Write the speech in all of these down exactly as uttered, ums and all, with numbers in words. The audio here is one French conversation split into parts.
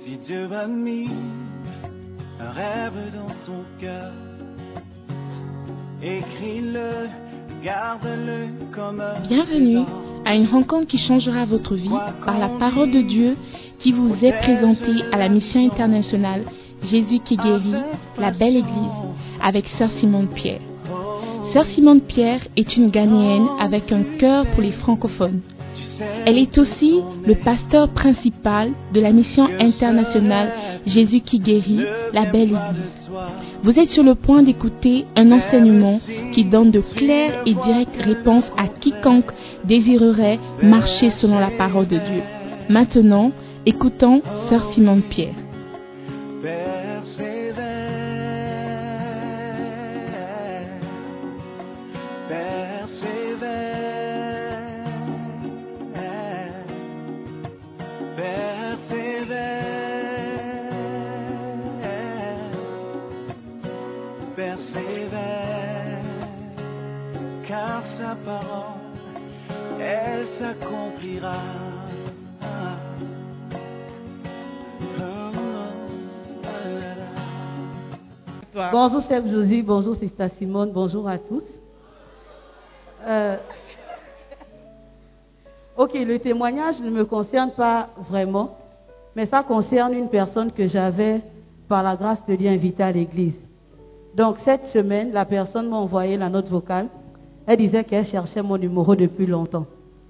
Si Dieu a mis un rêve dans ton cœur, écris-le, garde-le comme un Bienvenue à une rencontre qui changera votre vie par la parole de Dieu qui vous est présentée à la mission internationale Jésus qui guérit, la belle église, avec Sœur Simone Pierre. Sœur Simone Pierre est une Ghanéenne avec un cœur pour les francophones. Elle est aussi le pasteur principal de la mission internationale Jésus qui guérit, la belle église. Vous êtes sur le point d'écouter un enseignement qui donne de claires et directes réponses à quiconque désirerait marcher selon la parole de Dieu. Maintenant, écoutons Sœur Simone Pierre. Car sa parole, elle s'accomplira. Bonjour Chef Josie, bonjour Sister Simone, bonjour à tous. Euh, ok, le témoignage ne me concerne pas vraiment, mais ça concerne une personne que j'avais, par la grâce de Dieu, invitée à l'église. Donc cette semaine, la personne m'a envoyé la note vocale. Elle disait qu'elle cherchait mon numéro depuis longtemps.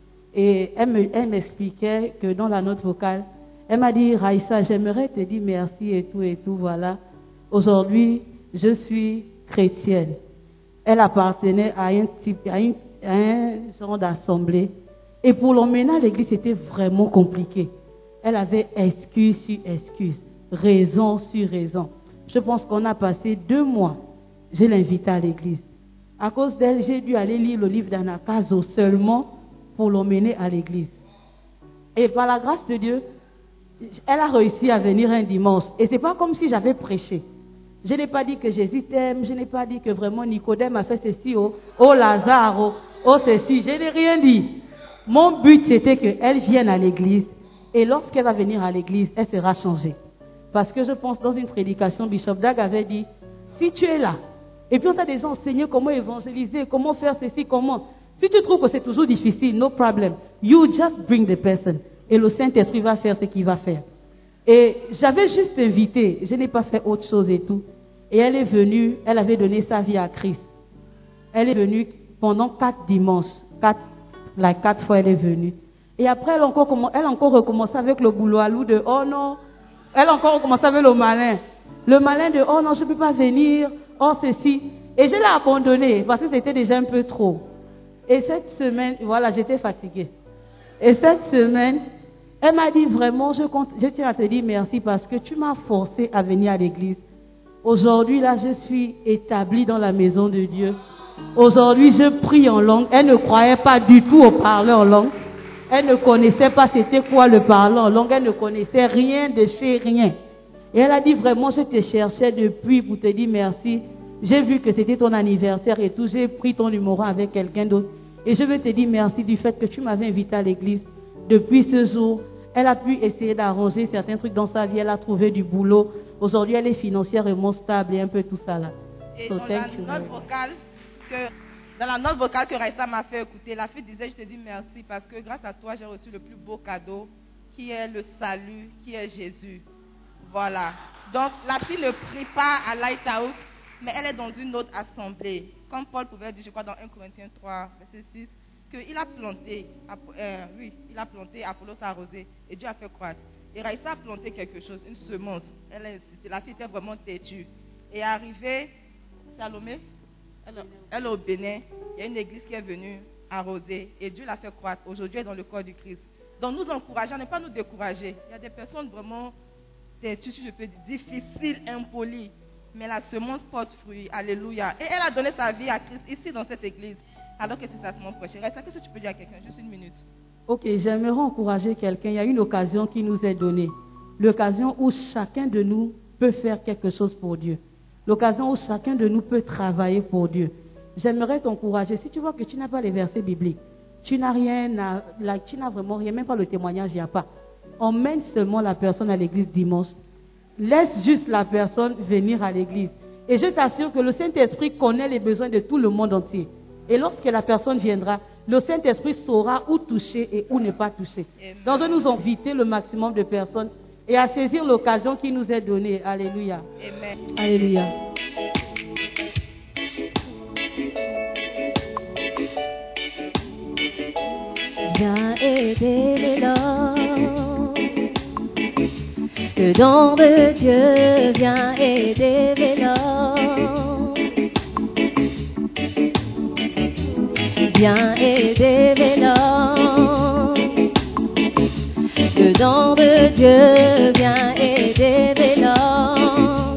Et elle, me, elle m'expliquait que dans la note vocale, elle m'a dit, Raïssa, j'aimerais te dire merci et tout et tout, voilà. Aujourd'hui, je suis chrétienne. Elle appartenait à un type, à, une, à un genre d'assemblée. Et pour l'emmener à l'église, c'était vraiment compliqué. Elle avait excuse sur excuse, raison sur raison. Je pense qu'on a passé deux mois. Je l'ai invitée à l'église. À cause d'elle, j'ai dû aller lire le livre d'Anakazo seulement pour l'emmener à l'église. Et par la grâce de Dieu, elle a réussi à venir un dimanche. Et ce n'est pas comme si j'avais prêché. Je n'ai pas dit que Jésus t'aime, je n'ai pas dit que vraiment Nicodème a fait ceci, oh, oh Lazare, oh, oh ceci, je n'ai rien dit. Mon but c'était qu'elle vienne à l'église et lorsqu'elle va venir à l'église, elle sera changée. Parce que je pense dans une prédication, Bishop Dag avait dit, si tu es là, et puis on t'a déjà enseigné comment évangéliser, comment faire ceci, comment. Si tu trouves que c'est toujours difficile, no problem. You just bring the person. Et le Saint-Esprit va faire ce qu'il va faire. Et j'avais juste invité, je n'ai pas fait autre chose et tout. Et elle est venue, elle avait donné sa vie à Christ. Elle est venue pendant quatre dimanches. Quatre, la quatre fois elle est venue. Et après elle a encore, elle a encore recommencé avec le boulot à loup de oh non. Elle a encore recommencé avec le malin. Le malin de oh non, je ne peux pas venir. Oh ceci. Et je l'ai abandonné parce que c'était déjà un peu trop. Et cette semaine, voilà, j'étais fatiguée. Et cette semaine, elle m'a dit vraiment, je, compte, je tiens à te dire merci parce que tu m'as forcé à venir à l'église. Aujourd'hui, là, je suis établie dans la maison de Dieu. Aujourd'hui, je prie en langue. Elle ne croyait pas du tout au parler en langue. Elle ne connaissait pas c'était quoi le parler en langue. Elle ne connaissait rien de chez rien. Et elle a dit vraiment, je te cherchais depuis pour te dire merci. J'ai vu que c'était ton anniversaire et tout. J'ai pris ton numéro avec quelqu'un d'autre. Et je veux te dire merci du fait que tu m'avais invité à l'église. Depuis ce jour, elle a pu essayer d'arranger certains trucs dans sa vie. Elle a trouvé du boulot. Aujourd'hui, elle est financièrement stable et un peu tout ça là. Et So, dans, la note vocale que, dans la note vocale que Raïssa m'a fait écouter, la fille disait, je te dis merci parce que grâce à toi, j'ai reçu le plus beau cadeau qui est le salut, qui est Jésus. Voilà. Donc, la fille ne prie pas à Lighthouse, mais elle est dans une autre assemblée. Comme Paul pouvait dire, je crois, dans un Corinthiens trois, verset six, qu'il a planté, euh, oui, il a planté, Apollos a arrosé, et Dieu a fait croître. Et Raïssa a planté quelque chose, une semence. Elle a insisté, la fille était vraiment têtue. Et arrivée, Salomé, elle, elle est au Bénin, il y a une église qui est venue arroser, et Dieu l'a fait croître. Aujourd'hui, elle est dans le corps du Christ. Donc, nous encourageons, ne pas nous décourager. Il y a des personnes vraiment têtues, si je peux dire, difficiles, impolies. Mais la semence porte fruit. Alléluia. Et elle a donné sa vie à Christ ici dans cette église. Alors que c'est sa semence prêchée. Qu'est-ce que tu peux dire à quelqu'un? Juste une minute. Ok, j'aimerais encourager quelqu'un. Il y a une occasion qui nous est donnée. L'occasion où chacun de nous peut faire quelque chose pour Dieu. L'occasion où chacun de nous peut travailler pour Dieu. J'aimerais t'encourager. Si tu vois que tu n'as pas les versets bibliques, tu n'as rien, à, là, tu n'as vraiment rien, même pas le témoignage, il n'y a pas. emmène seulement la personne à l'église dimanche. Laisse juste la personne venir à l'église. Et je t'assure que le Saint-Esprit connaît les besoins de tout le monde entier. Et lorsque la personne viendra, le Saint-Esprit saura où toucher et où ne pas toucher. Donc je nous inviter le maximum de personnes et à saisir l'occasion qui nous est donnée. Alléluia. Amen. Alléluia. Viens aider les lords. Le don de Dieu vient aider les lords. Viens aider les lords. Le don de Dieu vient aider les lords.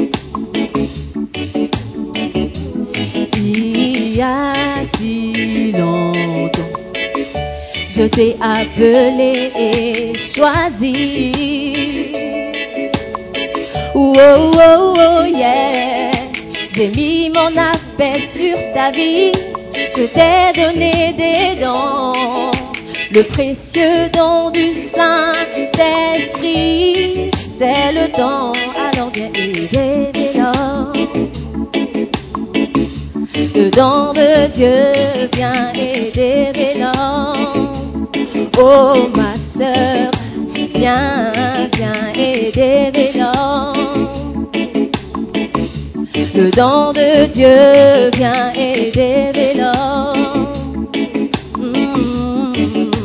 Il y a si longtemps, je t'ai appelé et choisi. Oh, oh, oh, oh, yeah. J'ai mis mon aspect sur ta vie. Je t'ai donné des dons, le précieux don du Saint-Esprit. C'est le temps, alors viens aider les lords. Le don de Dieu vient aider les lords. Oh ma sœur, viens, viens aider les lords. Le don de Dieu vient aider les lords. Mmh.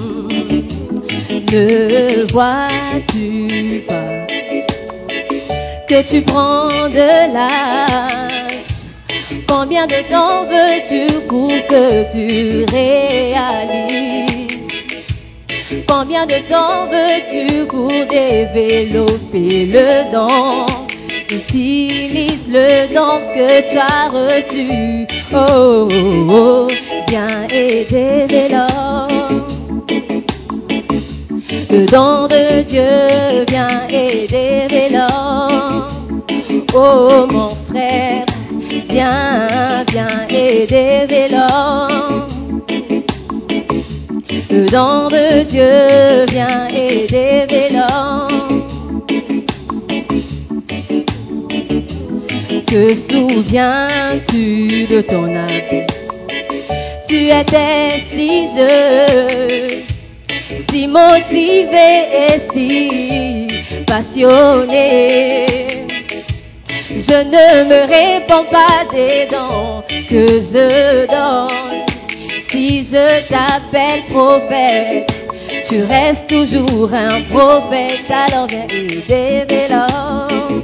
Ne vois-tu pas que tu prends de l'âge? Combien de temps veux-tu pour que tu réalises? Combien de temps veux-tu pour développer le don? Utilise le don que tu as reçu. Oh, oh, oh, viens aider les lords. Le don de Dieu vient aider les lords. Oh mon frère, viens, viens aider les lords. Le don de Dieu vient aider les lords. Te souviens-tu de ton âme? Tu étais si jeune, si motivé et si passionné. Je ne me répands pas des dons que je donne. Si je t'appelle prophète, tu restes toujours un prophète. Alors viens aider les lords.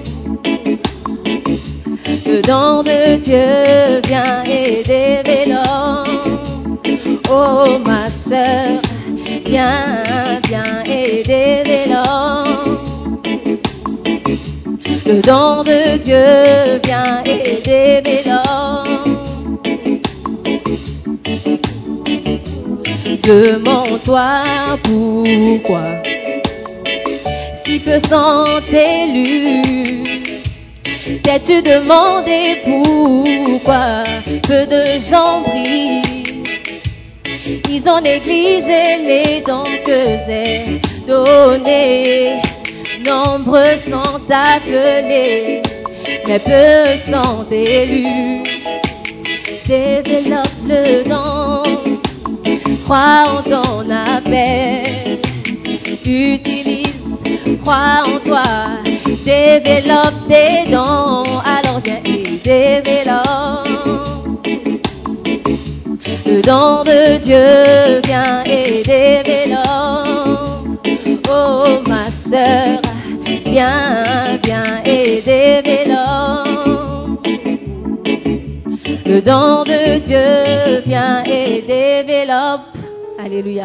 Le don de Dieu vient aider les lords. Oh ma sœur, viens, viens aider les lords. Le don de Dieu vient aider les lords. Demande-toi pourquoi si peu sont élus. T'es-tu demandé pourquoi peu de gens brillent? Ils ont négligé les dons que j'ai donnés. Nombreux sont appelés, mais peu sont élus. Développe le don, crois en ton appel. Utilise, crois en toi. Développe tes dons, alors viens aider les lords. Le don de Dieu vient aider les lords. Oh ma sœur, viens, viens aider les lords. Le don de Dieu vient et développe. Alléluia.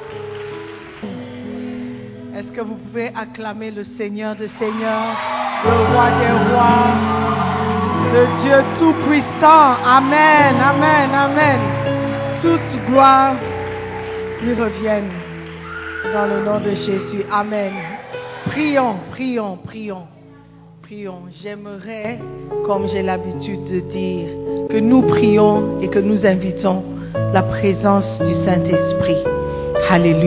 Est-ce que vous pouvez acclamer le Seigneur des Seigneurs, le Roi des Rois, le Dieu Tout-Puissant? Amen, amen, amen. Toute gloire lui revienne dans le nom de Jésus. Amen. Prions, prions, prions, prions. J'aimerais, comme j'ai l'habitude de dire, que nous prions et que nous invitons la présence du Saint-Esprit. Alléluia.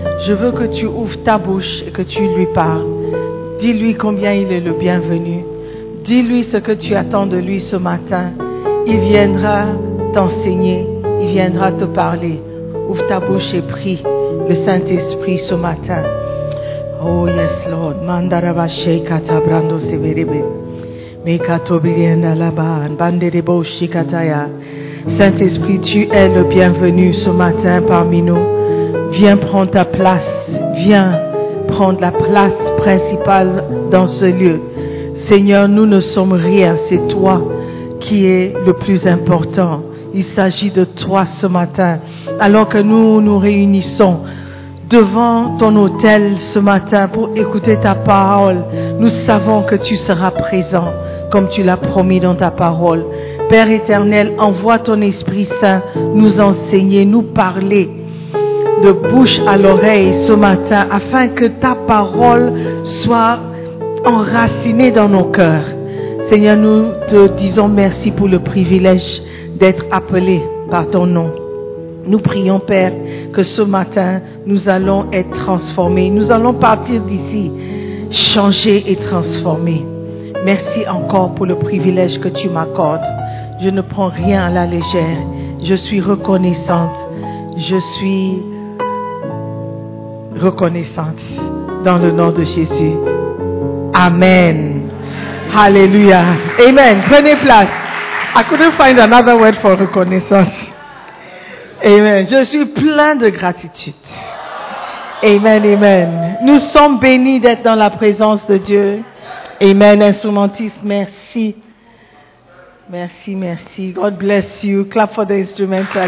Je veux que tu ouvres ta bouche et que tu lui parles. Dis-lui combien il est le bienvenu. Dis-lui ce que tu attends de lui ce matin. Il viendra t'enseigner, il viendra te parler. Ouvre ta bouche et prie le Saint-Esprit ce matin. Oh yes Lord. Mandaraba sheikata brando severebe. Mekato brienda laban banderebo shikataya. Saint-Esprit, tu es le bienvenu ce matin parmi nous. Viens prendre ta place. Viens prendre la place principale dans ce lieu. Seigneur, nous ne sommes rien. C'est toi qui es le plus important. Il s'agit de toi ce matin. Alors que nous nous réunissons devant ton autel ce matin pour écouter ta parole, nous savons que tu seras présent comme tu l'as promis dans ta parole. Père éternel, envoie ton Esprit Saint nous enseigner, nous parler de bouche à l'oreille ce matin afin que ta parole soit enracinée dans nos cœurs. Seigneur, nous te disons merci pour le privilège d'être appelés par ton nom. Nous prions, Père, que ce matin, nous allons être transformés. Nous allons partir d'ici, changés et transformés. Merci encore pour le privilège que tu m'accordes. Je ne prends rien à la légère. Je suis reconnaissante. Je suis reconnaissante dans le nom de Jésus. Amen. Hallelujah. Amen. Prenez place. I couldn't find another word for reconnaissance. Amen. Je suis plein de gratitude. Amen, amen. Nous sommes bénis d'être dans la présence de Dieu. Amen. Instrumentiste, merci. Merci, merci. God bless you. Clap for the instrumental.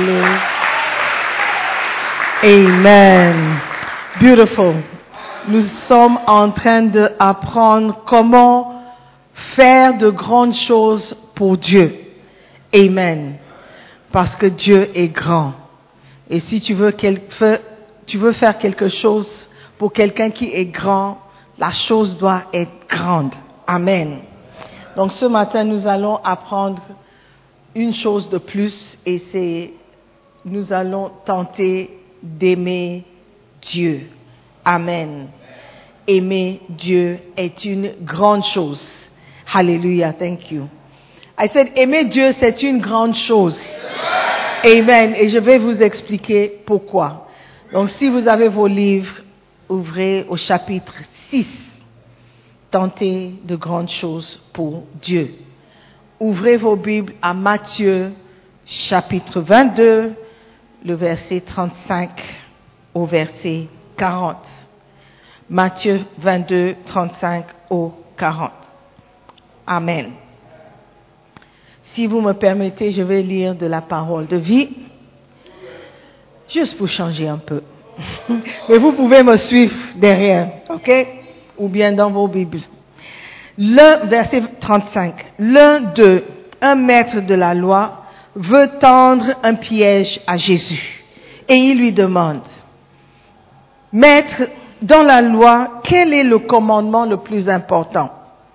Amen. Beautiful. Nous sommes en train d'apprendre comment faire de grandes choses pour Dieu. Amen. Parce que Dieu est grand. Et si tu veux, quelque, tu veux faire quelque chose pour quelqu'un qui est grand, la chose doit être grande. Amen. Donc ce matin, nous allons apprendre une chose de plus et c'est, nous allons tenter d'aimer Dieu. Amen. Aimer Dieu est une grande chose. Hallelujah. Thank you. I said, aimer Dieu, c'est une grande chose. Amen. Et je vais vous expliquer pourquoi. Donc, si vous avez vos livres, ouvrez au chapitre six. Tentez de grandes choses pour Dieu. Ouvrez vos Bibles à Matthieu, chapitre vingt-deux, le verset trente-cinq au verset quarante. Matthieu vingt-deux, trente-cinq au quarante. Amen. Si vous me permettez, je vais lire de la parole de vie, juste pour changer un peu. Mais vous pouvez me suivre derrière, ok? Ou bien dans vos Bibles. Le verset trente-cinq. L'un d'eux, un maître de la loi, veut tendre un piège à Jésus. Et il lui demande, Maître, dans la loi, quel est le commandement le plus important?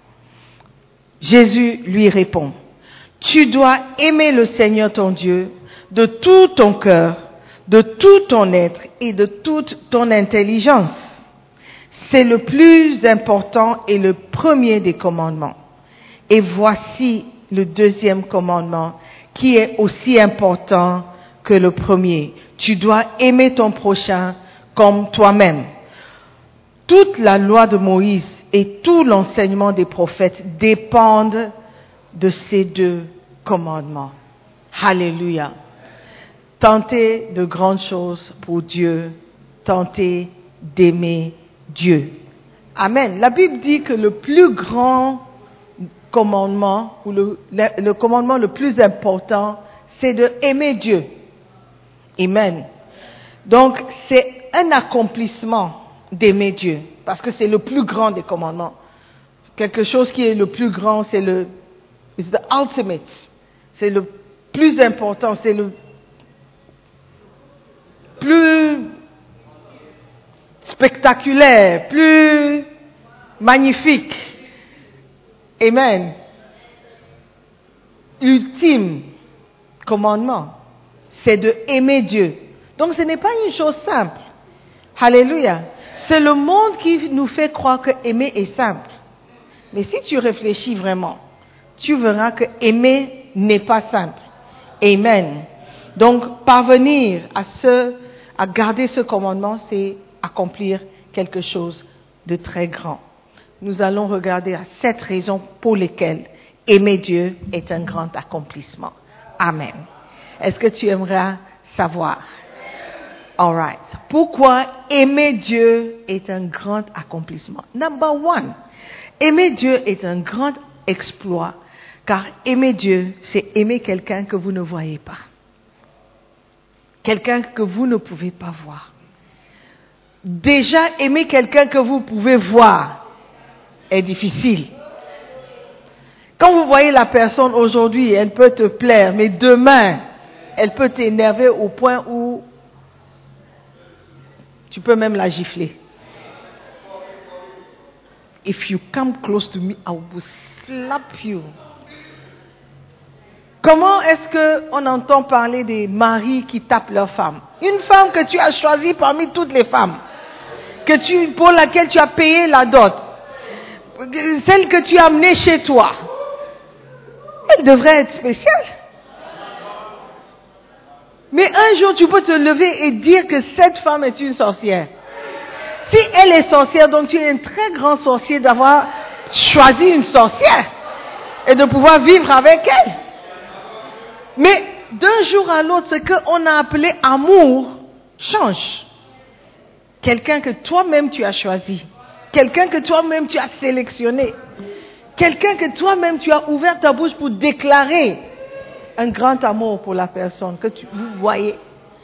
Jésus lui répond, tu dois aimer le Seigneur ton Dieu de tout ton cœur, de tout ton être et de toute ton intelligence. C'est le plus important et le premier des commandements. Et voici le deuxième commandement qui est aussi important que le premier. Tu dois aimer ton prochain comme toi-même. Toute la loi de Moïse et tout l'enseignement des prophètes dépendent de ces deux commandements. Alléluia. Tentez de grandes choses pour Dieu. Tentez d'aimer Dieu. Amen. La Bible dit que le plus grand commandement, ou le, le, le commandement le plus important, c'est de aimer Dieu. Amen. Donc, c'est un accomplissement d'aimer Dieu, parce que c'est le plus grand des commandements. Quelque chose qui est le plus grand, c'est le it's the ultimate. C'est le plus important, c'est le plus spectaculaire, plus magnifique. Amen. Ultime commandement, c'est de aimer Dieu. Donc ce n'est pas une chose simple. Alléluia. C'est le monde qui nous fait croire que aimer est simple. Mais si tu réfléchis vraiment, tu verras que aimer n'est pas simple. Amen. Donc, parvenir à ce, à garder ce commandement, c'est accomplir quelque chose de très grand. Nous allons regarder à sept raisons pour lesquelles aimer Dieu est un grand accomplissement. Amen. Est-ce que tu aimerais savoir? All right. Pourquoi aimer Dieu est un grand accomplissement? Number one, aimer Dieu est un grand exploit, car aimer Dieu, c'est aimer quelqu'un que vous ne voyez pas. Quelqu'un que vous ne pouvez pas voir. Déjà, aimer quelqu'un que vous pouvez voir est difficile. Quand vous voyez la personne aujourd'hui, elle peut te plaire, mais demain, elle peut t'énerver au point où tu peux même la gifler. If you come close to me, I will slap you. Comment est-ce qu'on entend parler des maris qui tapent leurs femmes? Une femme que tu as choisie parmi toutes les femmes, que tu, pour laquelle tu as payé la dot, celle que tu as amenée chez toi, elle devrait être spéciale. Mais un jour, tu peux te lever et dire que cette femme est une sorcière. Si elle est sorcière, donc tu es un très grand sorcier d'avoir choisi une sorcière et de pouvoir vivre avec elle. Mais d'un jour à l'autre, ce qu'on a appelé amour change. Quelqu'un que toi-même tu as choisi, quelqu'un que toi-même tu as sélectionné, quelqu'un que toi-même tu as ouvert ta bouche pour déclarer un grand amour pour la personne que tu, vous voyez.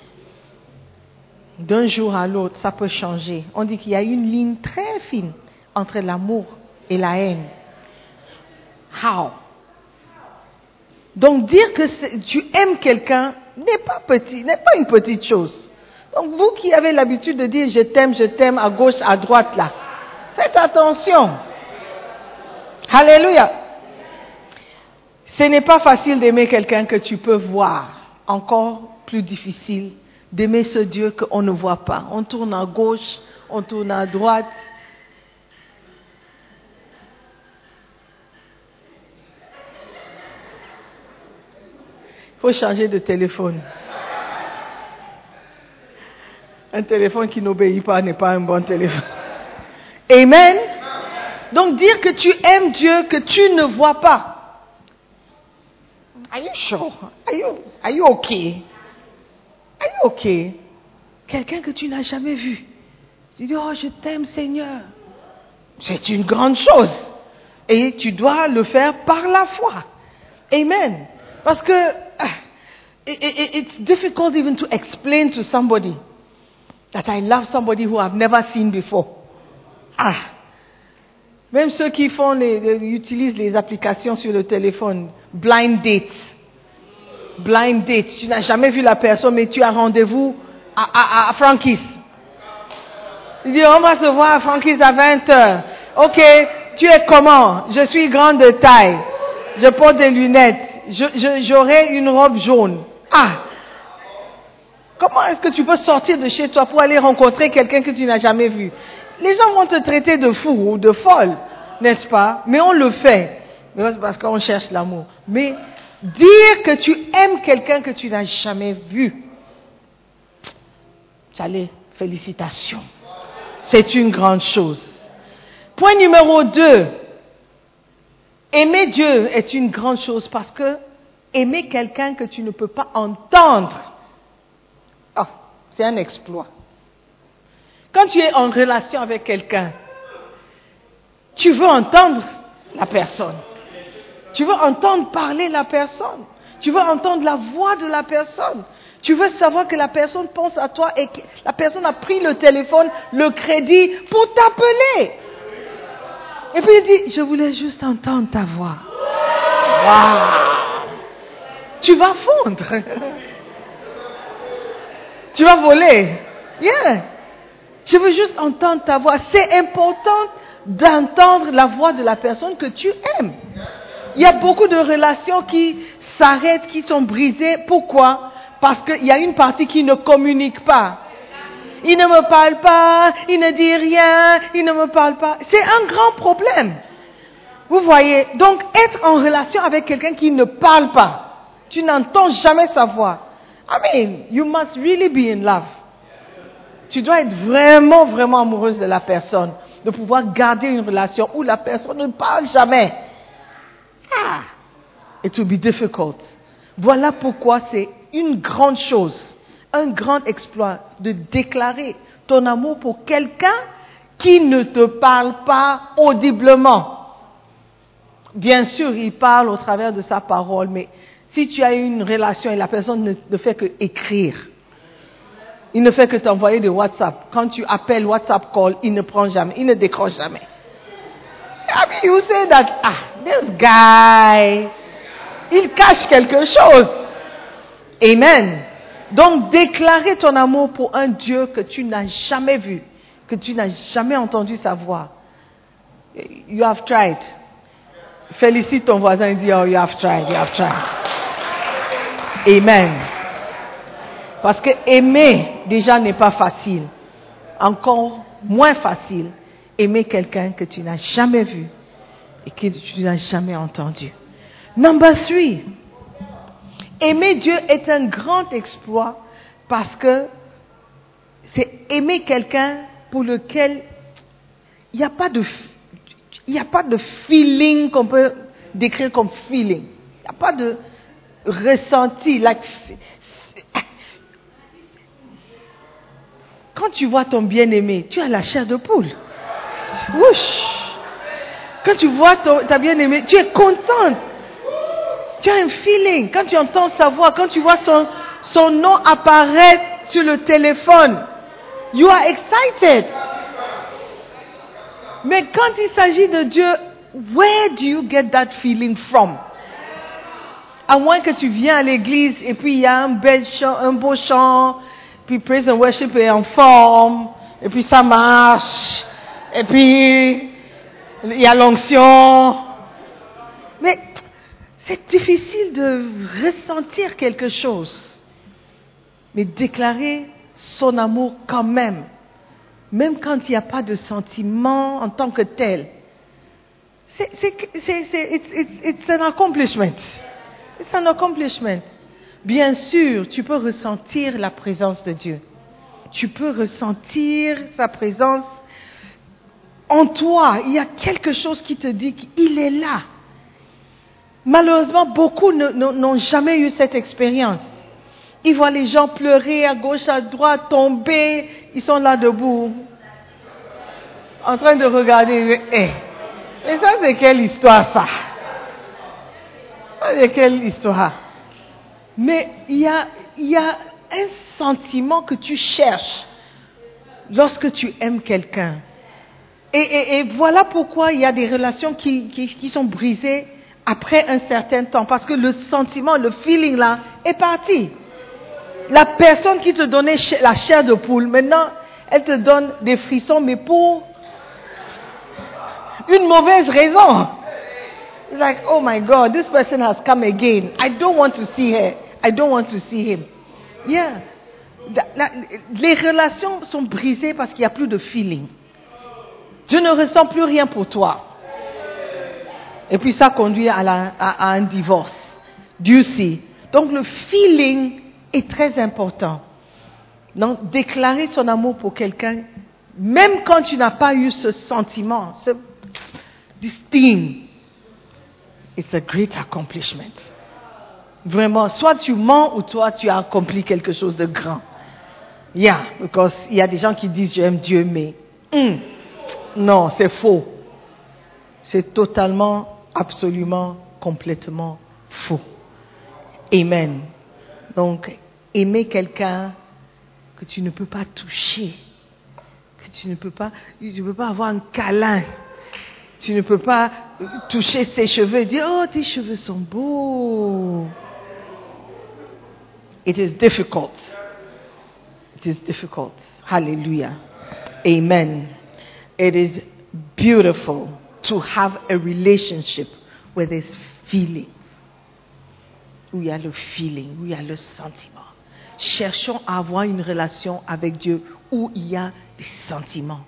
D'un jour à l'autre, ça peut changer. On dit qu'il y a une ligne très fine entre l'amour et la haine. How? Donc dire que tu aimes quelqu'un n'est pas petit, n'est pas une petite chose. Donc vous qui avez l'habitude de dire je t'aime, je t'aime à gauche, à droite là, faites attention. Alléluia. Ce n'est pas facile d'aimer quelqu'un que tu peux voir. Encore plus difficile d'aimer ce Dieu qu'on ne voit pas. On tourne à gauche, on tourne à droite. Il faut changer de téléphone. Un téléphone qui n'obéit pas n'est pas un bon téléphone. Amen. Donc dire que tu aimes Dieu que tu ne vois pas. Are you sure? Are you, are you okay? Are you okay? Quelqu'un que tu n'as jamais vu. Tu dis, oh, je t'aime Seigneur. C'est une grande chose. Et tu dois le faire par la foi. Amen. Parce que it, it, it's difficult even to explain to somebody that I love somebody who I've never seen before. Ah. Même ceux qui font les, les, utilisent les applications sur le téléphone, blind date. Blind date. Tu n'as jamais vu la personne, mais tu as rendez-vous à, à, à Frankie's. Il dit, on va se voir à Frankie's à vingt heures. Ok, tu es comment? Je suis grande de taille. Je porte des lunettes. Je, je, j'aurai une robe jaune. Ah! Comment est-ce que tu peux sortir de chez toi pour aller rencontrer quelqu'un que tu n'as jamais vu? Les gens vont te traiter de fou ou de folle, n'est-ce pas? Mais on le fait. Parce qu'on cherche l'amour. Mais dire que tu aimes quelqu'un que tu n'as jamais vu, allez, félicitations. C'est une grande chose. Point numéro deux. Aimer Dieu est une grande chose parce que aimer quelqu'un que tu ne peux pas entendre, oh, c'est un exploit. Quand tu es en relation avec quelqu'un, tu veux entendre la personne. Tu veux entendre parler la personne. Tu veux entendre la voix de la personne. Tu veux savoir que la personne pense à toi et que la personne a pris le téléphone, le crédit pour t'appeler. Et puis il dit, je voulais juste entendre ta voix. Wow. Tu vas fondre. Tu vas voler. Yeah. Je veux juste entendre ta voix. C'est important d'entendre la voix de la personne que tu aimes. Il y a beaucoup de relations qui s'arrêtent, qui sont brisées. Pourquoi? Parce qu'il y a une partie qui ne communique pas. Il ne me parle pas, il ne dit rien, il ne me parle pas. C'est un grand problème. Vous voyez, donc être en relation avec quelqu'un qui ne parle pas, tu n'entends jamais sa voix. I mean, you must really be in love. Tu dois être vraiment, vraiment amoureuse de la personne, de pouvoir garder une relation où la personne ne parle jamais. Ah, it will be difficult. Voilà pourquoi c'est une grande chose, un grand exploit de déclarer ton amour pour quelqu'un qui ne te parle pas audiblement. Bien sûr, il parle au travers de sa parole, mais si tu as une relation et la personne ne, ne fait que écrire, il ne fait que t'envoyer des WhatsApp. Quand tu appelles WhatsApp call, il ne prend jamais, il ne décroche jamais. I mean, you say that, ah, this guy, il cache quelque chose. Amen. Donc, déclarer ton amour pour un Dieu que tu n'as jamais vu, que tu n'as jamais entendu sa voix. You have tried. Félicite ton voisin et dis, oh, you have tried, you have tried. Amen. Parce que aimer, déjà, n'est pas facile. Encore moins facile, aimer quelqu'un que tu n'as jamais vu et que tu n'as jamais entendu. Number three. Aimer Dieu est un grand exploit parce que c'est aimer quelqu'un pour lequel il n'y a pas de, il n'y a pas de feeling qu'on peut décrire comme feeling. Il n'y a pas de ressenti. Like, quand tu vois ton bien-aimé, tu as la chair de poule. Ouch. Quand tu vois ton, ta bien-aimée, tu es contente. Tu as un feeling. Quand tu entends sa voix, quand tu vois son, son nom apparaître sur le téléphone, you are excited. Mais quand il s'agit de Dieu, where do you get that feeling from? À moins que tu viens à l'église et puis il y a un, bel chant, un beau chant, puis praise and worship est en forme, et puis ça marche, et puis il y a l'onction. Mais c'est difficile de ressentir quelque chose, mais déclarer son amour quand même, même quand il n'y a pas de sentiment en tant que tel. C'est, c'est, c'est, c'est it's, it's, it's an accomplishment. It's an accomplishment. Bien sûr, tu peux ressentir la présence de Dieu. Tu peux ressentir sa présence en toi. Il y a quelque chose qui te dit qu'il est là. Malheureusement, beaucoup ne, ne, n'ont jamais eu cette expérience. Ils voient les gens pleurer à gauche, à droite, tomber. Ils sont là debout, en train de regarder. Eh, et ça, c'est quelle histoire, ça? Ça, c'est quelle histoire? Mais il y a, il y a un sentiment que tu cherches lorsque tu aimes quelqu'un. Et, et, et voilà pourquoi il y a des relations qui, qui, qui sont brisées après un certain temps. Parce que le sentiment, le feeling là, est parti. La personne qui te donnait la chair de poule, maintenant, elle te donne des frissons, mais pour une mauvaise raison. It's like, oh my God, this person has come again. I don't want to see her. I don't want to see him. Yeah. La, la, les relations sont brisées parce qu'il n'y a plus de feeling. Dieu ne ressent plus rien pour toi. Et puis ça conduit à, la, à, à un divorce. Dieu sait. Donc le feeling est très important. Donc déclarer son amour pour quelqu'un, même quand tu n'as pas eu ce sentiment, ce this thing, it's a great accomplishment. Vraiment, soit tu mens ou toi tu as accompli quelque chose de grand. Yeah, because il y a des gens qui disent j'aime Dieu, mais mm, non, c'est faux. C'est totalement, absolument, complètement faux. Amen. Donc, aimer quelqu'un que tu ne peux pas toucher, que tu ne peux pas, tu ne peux pas avoir un câlin, tu ne peux pas toucher ses cheveux et dire oh tes cheveux sont beaux. It is difficult. It is difficult. Hallelujah. Amen. It is beautiful to have a relationship where there's feeling. Où il y a le feeling, où il y a le sentiment. Cherchons à avoir une relation avec Dieu où il y a des sentiments.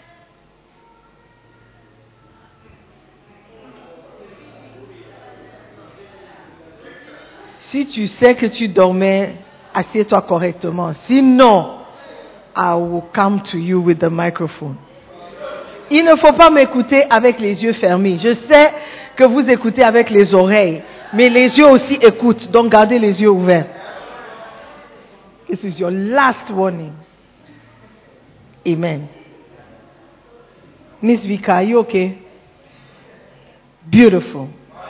Si tu sais que tu dormais, assieds-toi correctement. Sinon, I will come to you with the microphone. Il ne faut pas m'écouter avec les yeux fermés. Je sais que vous écoutez avec les oreilles, mais les yeux aussi écoutent. Donc gardez les yeux ouverts. This is your last warning. Amen. Miss Vika, are you okay? Beautiful.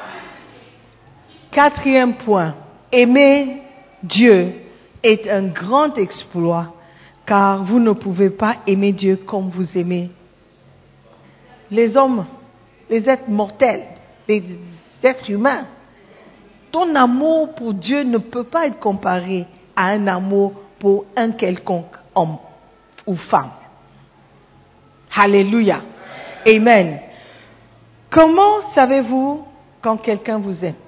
Quatrième point. Aimer Dieu est un grand exploit, car vous ne pouvez pas aimer Dieu comme vous aimez les hommes, les êtres mortels, les êtres humains. Ton amour pour Dieu ne peut pas être comparé à un amour pour un quelconque homme ou femme. Alléluia. Amen. Comment savez-vous quand quelqu'un vous aime?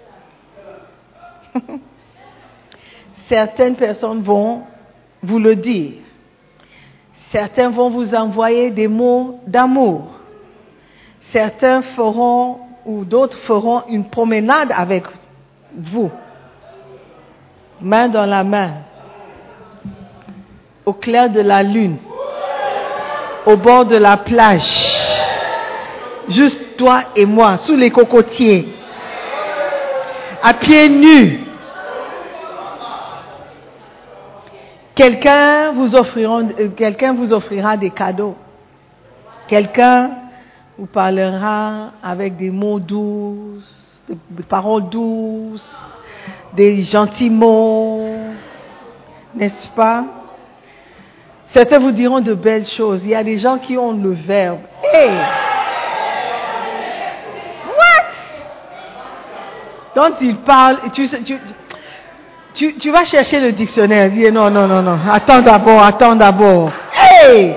Certaines personnes vont vous le dire. Certains vont vous envoyer des mots d'amour. Certains feront, ou d'autres feront une promenade avec vous, main dans la main, au clair de la lune, au bord de la plage, juste toi et moi, sous les cocotiers, à pieds nus. Quelqu'un vous offrira, euh, quelqu'un vous offrira des cadeaux. Quelqu'un vous parlera avec des mots doux, des paroles douces, des gentils mots, n'est-ce pas? Certains vous diront de belles choses. Il y a des gens qui ont le verbe. Hey! What? Quand ils parlent, tu, tu, tu, tu vas chercher le dictionnaire. Dis non, non, non, non. Attends d'abord, attends d'abord. Hey!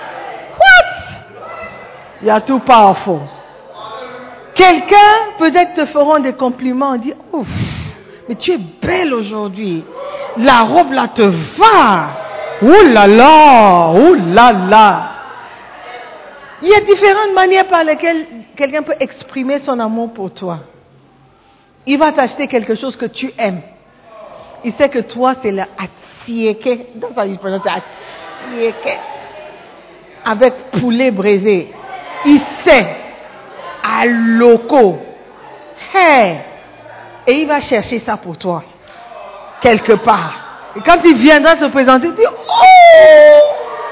You are too powerful. Quelqu'un peut-être te fera des compliments, dit ouf, mais tu es belle aujourd'hui. La robe là te va. Ouh là là, ouh là là. Il y a différentes manières par lesquelles quelqu'un peut exprimer son amour pour toi. Il va t'acheter quelque chose que tu aimes. Il sait que toi c'est le atsieke, dans sa prononce atsieke, avec poulet braisé. Il sait, à loco, hey, et il va chercher ça pour toi, quelque part. Et quand il viendra te présenter, il dit, oh,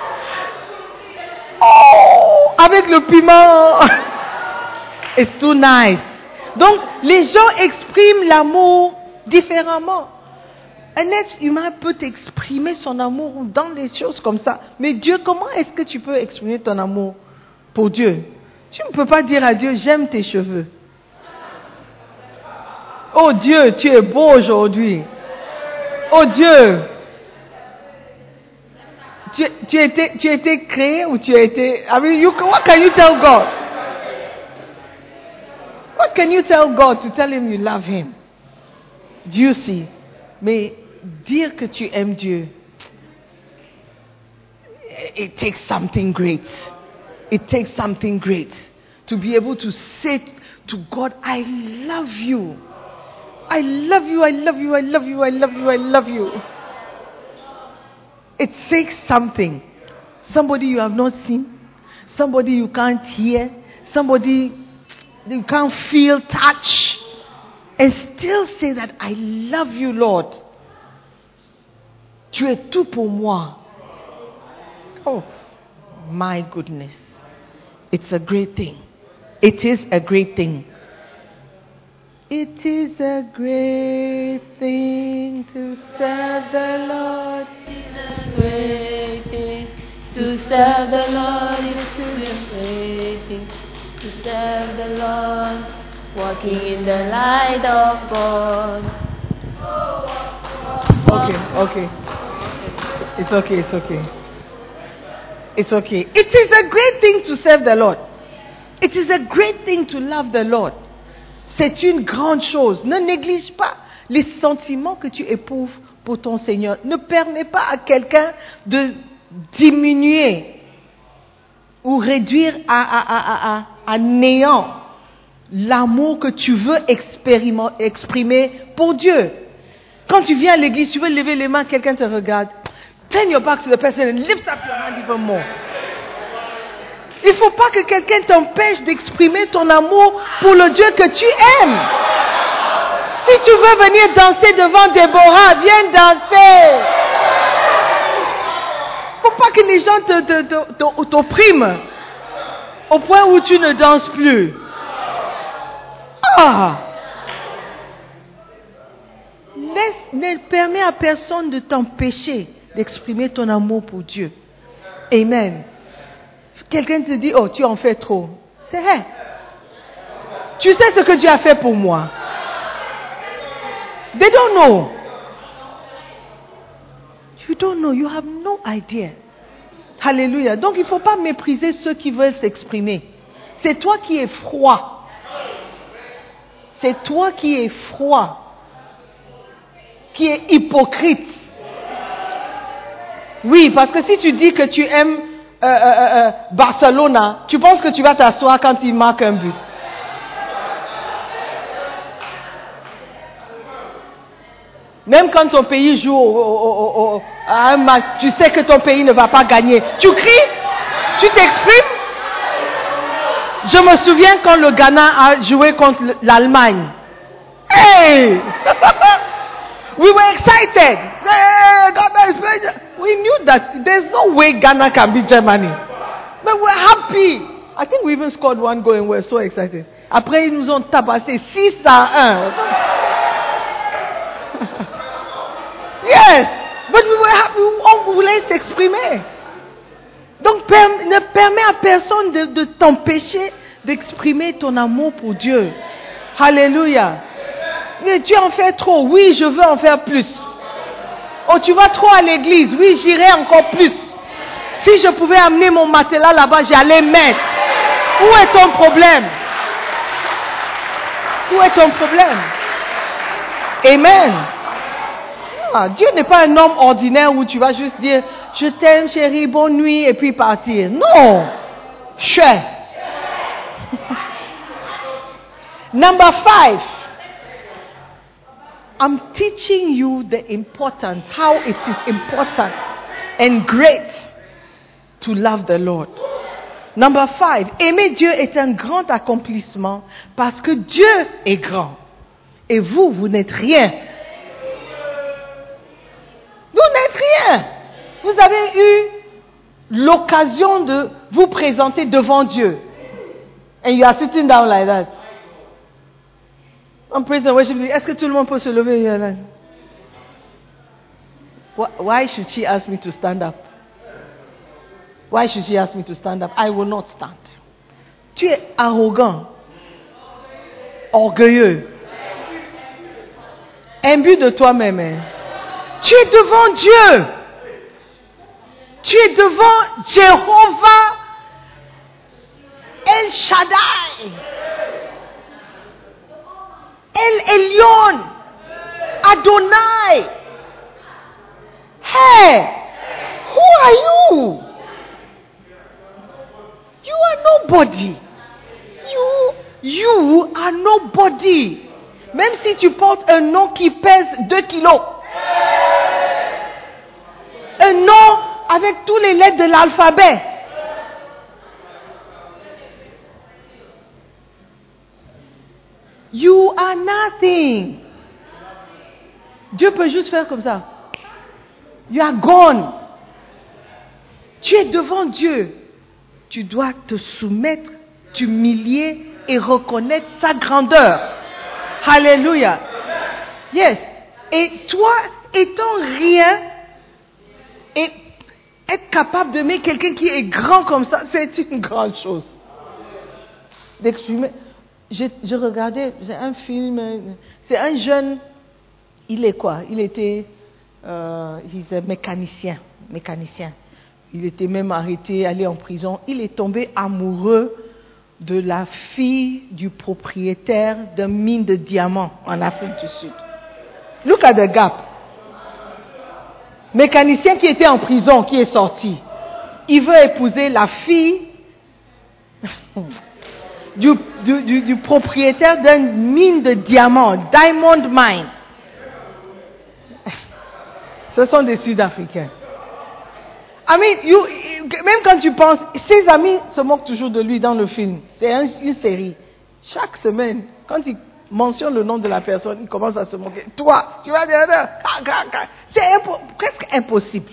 oh, avec le piment, it's too nice. Donc, les gens expriment l'amour différemment. Un être humain peut exprimer son amour dans des choses comme ça. Mais Dieu, comment est-ce que tu peux exprimer ton amour pour Dieu? Tu ne peux pas dire à Dieu, j'aime tes cheveux. Oh Dieu, tu es beau aujourd'hui. Oh Dieu, tu, tu, étais, tu étais créé ou tu as été... I mean, you, what can you tell God? What can you tell God to tell him you love him? Do you see? Mais dire que tu aimes Dieu, it takes something great. It takes something great to be able to say to God, I love you. I love you, I love you, I love you, I love you, I love you. It takes something. Somebody you have not seen, somebody you can't hear, somebody you can't feel, touch, and still say that I love you, Lord. Tu es tout pour moi. Oh, my goodness. It's a great thing. It is a great thing. It is a great thing to serve the Lord. It's a great thing to serve the Lord. It's a great thing to serve the Lord. Walking in the light of God. Okay, okay. It's okay, it's okay. It's okay. It is a great thing to serve the Lord. It is a great thing to love the Lord. C'est une grande chose. Ne néglige pas les sentiments que tu éprouves pour ton Seigneur. Ne permets pas à quelqu'un de, diminuer ou réduire à, à, à, à, à néant l'amour que tu veux exprimer pour Dieu. Quand tu viens à l'église, tu veux lever les mains, quelqu'un te regarde. Turn your back to the person and lift up your hand even more. Il ne faut pas que quelqu'un t'empêche d'exprimer ton amour pour le Dieu que tu aimes. Si tu veux venir danser devant Déborah, viens danser. Il ne faut pas que les gens te, te, te, te, t'oppriment au point où tu ne danses plus. Ah! Ne, ne permets à personne de t'empêcher d'exprimer ton amour pour Dieu. Amen. Quelqu'un te dit, oh, tu en fais trop. C'est vrai. Tu sais ce que Dieu a fait pour moi. They don't know. You don't know. You have no idea. Alléluia. Donc, il ne faut pas mépriser ceux qui veulent s'exprimer. C'est toi qui es froid. C'est toi qui es froid. Qui est hypocrite. Oui, parce que si tu dis que tu aimes euh, euh, euh, Barcelona, tu penses que tu vas t'asseoir quand il marque un but. Même quand ton pays joue au, au, au, à un match, tu sais que ton pays ne va pas gagner. Tu cries? Tu t'exprimes? Je me souviens quand le Ghana a joué contre l'Allemagne. Hey! We were excited. Hey, Ghana is playing. We knew that there's no way Ghana can beat Germany. But we're happy. I think we even scored one goal and we're so excited. Après, ils nous ont tabassé six à un. Yes, but we were happy. On voulait s'exprimer. Donc, per, ne permets à personne de, de t'empêcher d'exprimer ton amour pour Dieu. Alléluia. Mais tu en fais trop. Oui, je veux en faire plus. Oh, tu vas trop à l'église. Oui, j'irai encore plus. Si je pouvais amener mon matelas là-bas, j'allais mettre. Où est ton problème? Où est ton problème? Amen. Ah, Dieu n'est pas un homme ordinaire où tu vas juste dire « Je t'aime chérie, bonne nuit » et puis partir. Non. Cher. Number five. I'm teaching you the importance, how it is important and great to love the Lord. Number five, aimer Dieu est un grand accomplissement parce que Dieu est grand. Et vous, vous n'êtes rien. Vous n'êtes rien. Vous avez eu l'occasion de vous présenter devant Dieu. And you are sitting down like that. On praise and worship. Est-ce que tout le monde peut se lever? Why should she ask me to stand up? Why should she ask me to stand up? I will not stand. Tu es arrogant, orgueilleux, imbu de toi-même. Hein? Tu es devant Dieu. Tu es devant Jéhovah El Shaddai. El Elyon, Adonai. Hey, who are you? You are nobody. You, you are nobody. Même si tu portes un nom qui pèse deux kilos. Un nom avec tous les lettres de l'alphabet. You are nothing. Dieu peut juste faire comme ça. You are gone. Tu es devant Dieu. Tu dois te soumettre, t'humilier et reconnaître sa grandeur. Alléluia. Yes. Et toi, étant rien, et être capable d'aimer quelqu'un qui est grand comme ça, c'est une grande chose. D'exprimer. Je, je regardais, c'est un film, c'est un jeune, il est quoi? Il était, euh, il est mécanicien, mécanicien. Il était même arrêté, allé en prison. Il est tombé amoureux de la fille du propriétaire d'une mine de diamants en Afrique du Sud. Look at the gap. Mécanicien qui était en prison, qui est sorti. il veut épouser la fille du, du, du, du propriétaire d'une mine de diamants, Diamond Mine. Ce sont des Sud-Africains. I mean, you, même quand tu penses, ses amis se moquent toujours de lui dans le film. C'est un, une série. Chaque semaine, quand il mentionne le nom de la personne, il commence à se moquer. Toi, tu vas dire, c'est impo- presque impossible.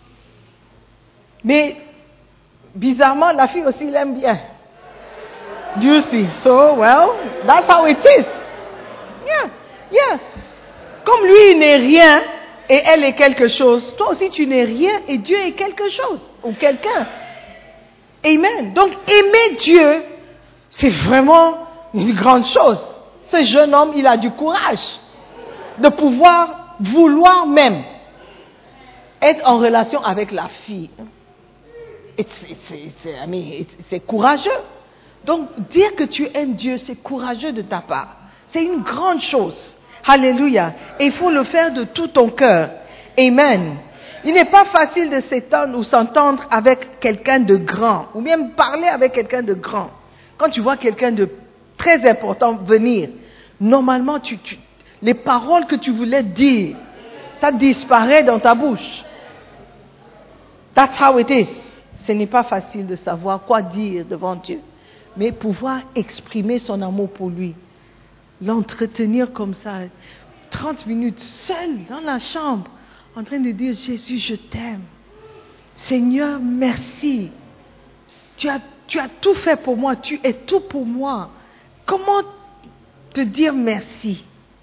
Mais, bizarrement, la fille aussi l'aime bien. Do you see? So, well, that's how it is. Yeah, yeah. Comme lui, il n'est rien, et elle est quelque chose, toi aussi tu n'es rien et Dieu est quelque chose ou quelqu'un. Amen. Donc aimer Dieu, c'est vraiment une grande chose. Ce jeune homme, il a du courage de pouvoir vouloir même être en relation avec la fille. It's, it's, it's, I mean, it's, c'est courageux. Donc dire que tu aimes Dieu, c'est courageux de ta part. C'est une grande chose. Alléluia. Et il faut le faire de tout ton cœur. Amen. Il n'est pas facile de s'étendre ou s'entendre avec quelqu'un de grand, ou même parler avec quelqu'un de grand. Quand tu vois quelqu'un de très important venir, normalement, tu, tu, les paroles que tu voulais dire, ça disparaît dans ta bouche. That's how it is. Ce n'est pas facile de savoir quoi dire devant Dieu, mais pouvoir exprimer son amour pour lui. L'entretenir comme ça, trente minutes, seul dans la chambre, en train de dire, Jésus, je t'aime. Seigneur, merci. Tu as, tu as tout fait pour moi, tu es tout pour moi. Comment te dire merci?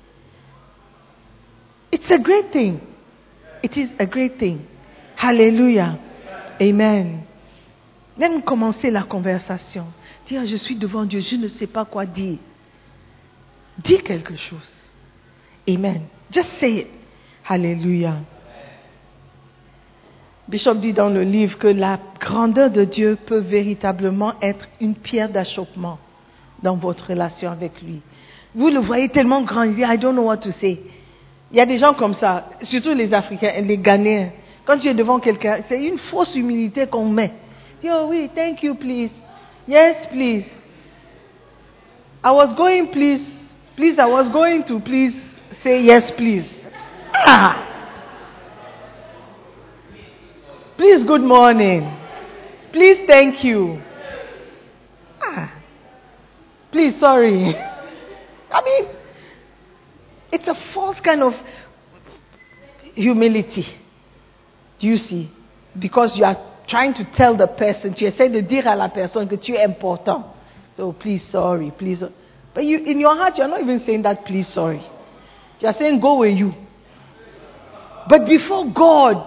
It's a great thing. It is a great thing. Hallelujah. Amen. Même commencer la conversation. Dire, je suis devant Dieu, je ne sais pas quoi dire. Dis quelque chose. Amen. Just say it. Hallelujah. Bishop dit dans le livre que la grandeur de Dieu peut véritablement être une pierre d'achoppement dans votre relation avec lui. Vous le voyez tellement grand, il dit, I don't know what to say. Il y a des gens comme ça, surtout les Africains, les Ghanéens. Quand tu es devant quelqu'un, c'est une fausse humilité qu'on met. Dit, oh oui, thank you, please. Yes, please. I was going, please. Please, I was going to please say yes, please. Ah. Please, good morning. Please, thank you. Ah. Please, sorry. I mean, it's a false kind of humility. Do you see? Because you are trying to tell the person, tu essaies de dire à la personne que tu es important. So, please, sorry, please. But you, in your heart, you are not even saying that, please, sorry. You are saying, go with you. But before God,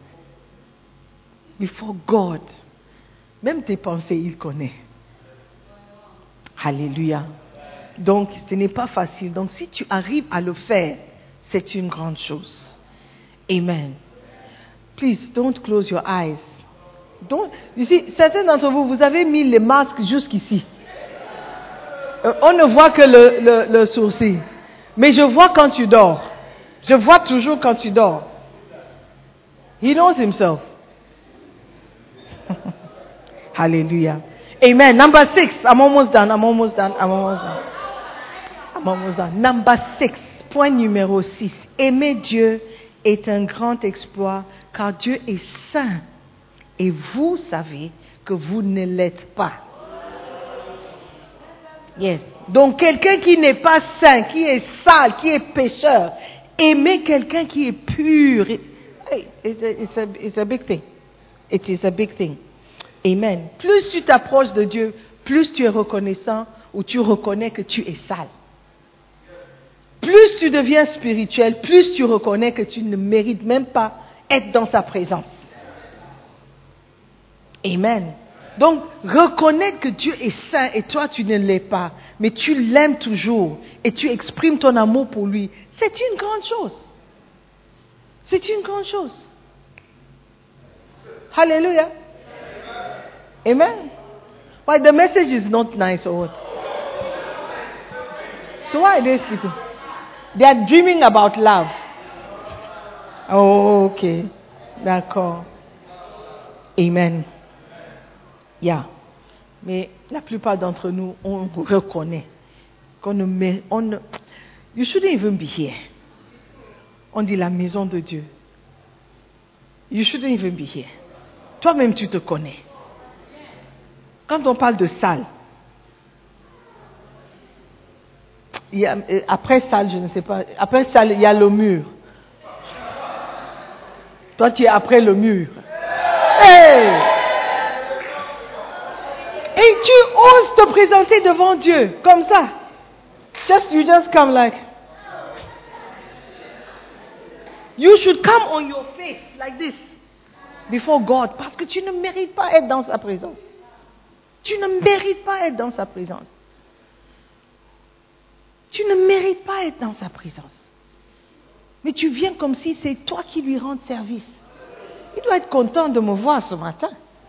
before God, même tes pensées, il connaît. Alléluia. Donc, ce n'est pas facile. Donc, si tu arrives à le faire, c'est une grande chose. Amen. Please, don't close your eyes. Don't, you see, certains d'entre vous, vous avez mis les masques jusqu'ici. Euh, on ne voit que le, le, le sourcil. Mais je vois quand tu dors. Je vois toujours quand tu dors. He knows himself. Hallelujah. Amen. Number six. I'm almost done. I'm almost done. I'm almost done. I'm almost done. Number six. Point numéro six. Aimer Dieu est un grand exploit car Dieu est saint. Et vous savez que vous ne l'êtes pas. Yes. Donc quelqu'un qui n'est pas saint, qui est sale, qui est pécheur, aimer quelqu'un qui est pur, hey, it's, a, it's, a, it's a big thing. It is a big thing. Amen. Plus tu t'approches de Dieu, plus tu es reconnaissant ou tu reconnais que tu es sale. Plus tu deviens spirituel, plus tu reconnais que tu ne mérites même pas être dans sa présence. Amen. Donc, reconnaître que Dieu est saint et toi tu ne l'es pas, mais tu l'aimes toujours et tu exprimes ton amour pour lui, c'est une grande chose. C'est une grande chose. Hallelujah. Amen. Why the message is not nice or what? So why are they speaking? They are dreaming about love. Oh, okay. D'accord. Amen. Yeah. Mais la plupart d'entre nous, on reconnaît qu'on ne met, on ne, you shouldn't even be here. On dit la maison de Dieu. You shouldn't even be here. Toi-même, tu te connais. Quand on parle de salle, il y a, après salle, je ne sais pas, après salle, il y a le mur. Toi, tu es après le mur. Hey! Et tu oses te présenter devant Dieu, comme ça. Just, you just come like. You should come on your face, like this, before God, parce que tu ne mérites pas être dans sa présence. Tu ne mérites pas être dans sa présence. Tu ne mérites pas être dans sa présence. Mais tu viens comme si c'est toi qui lui rends service. Il doit être content de me voir ce matin.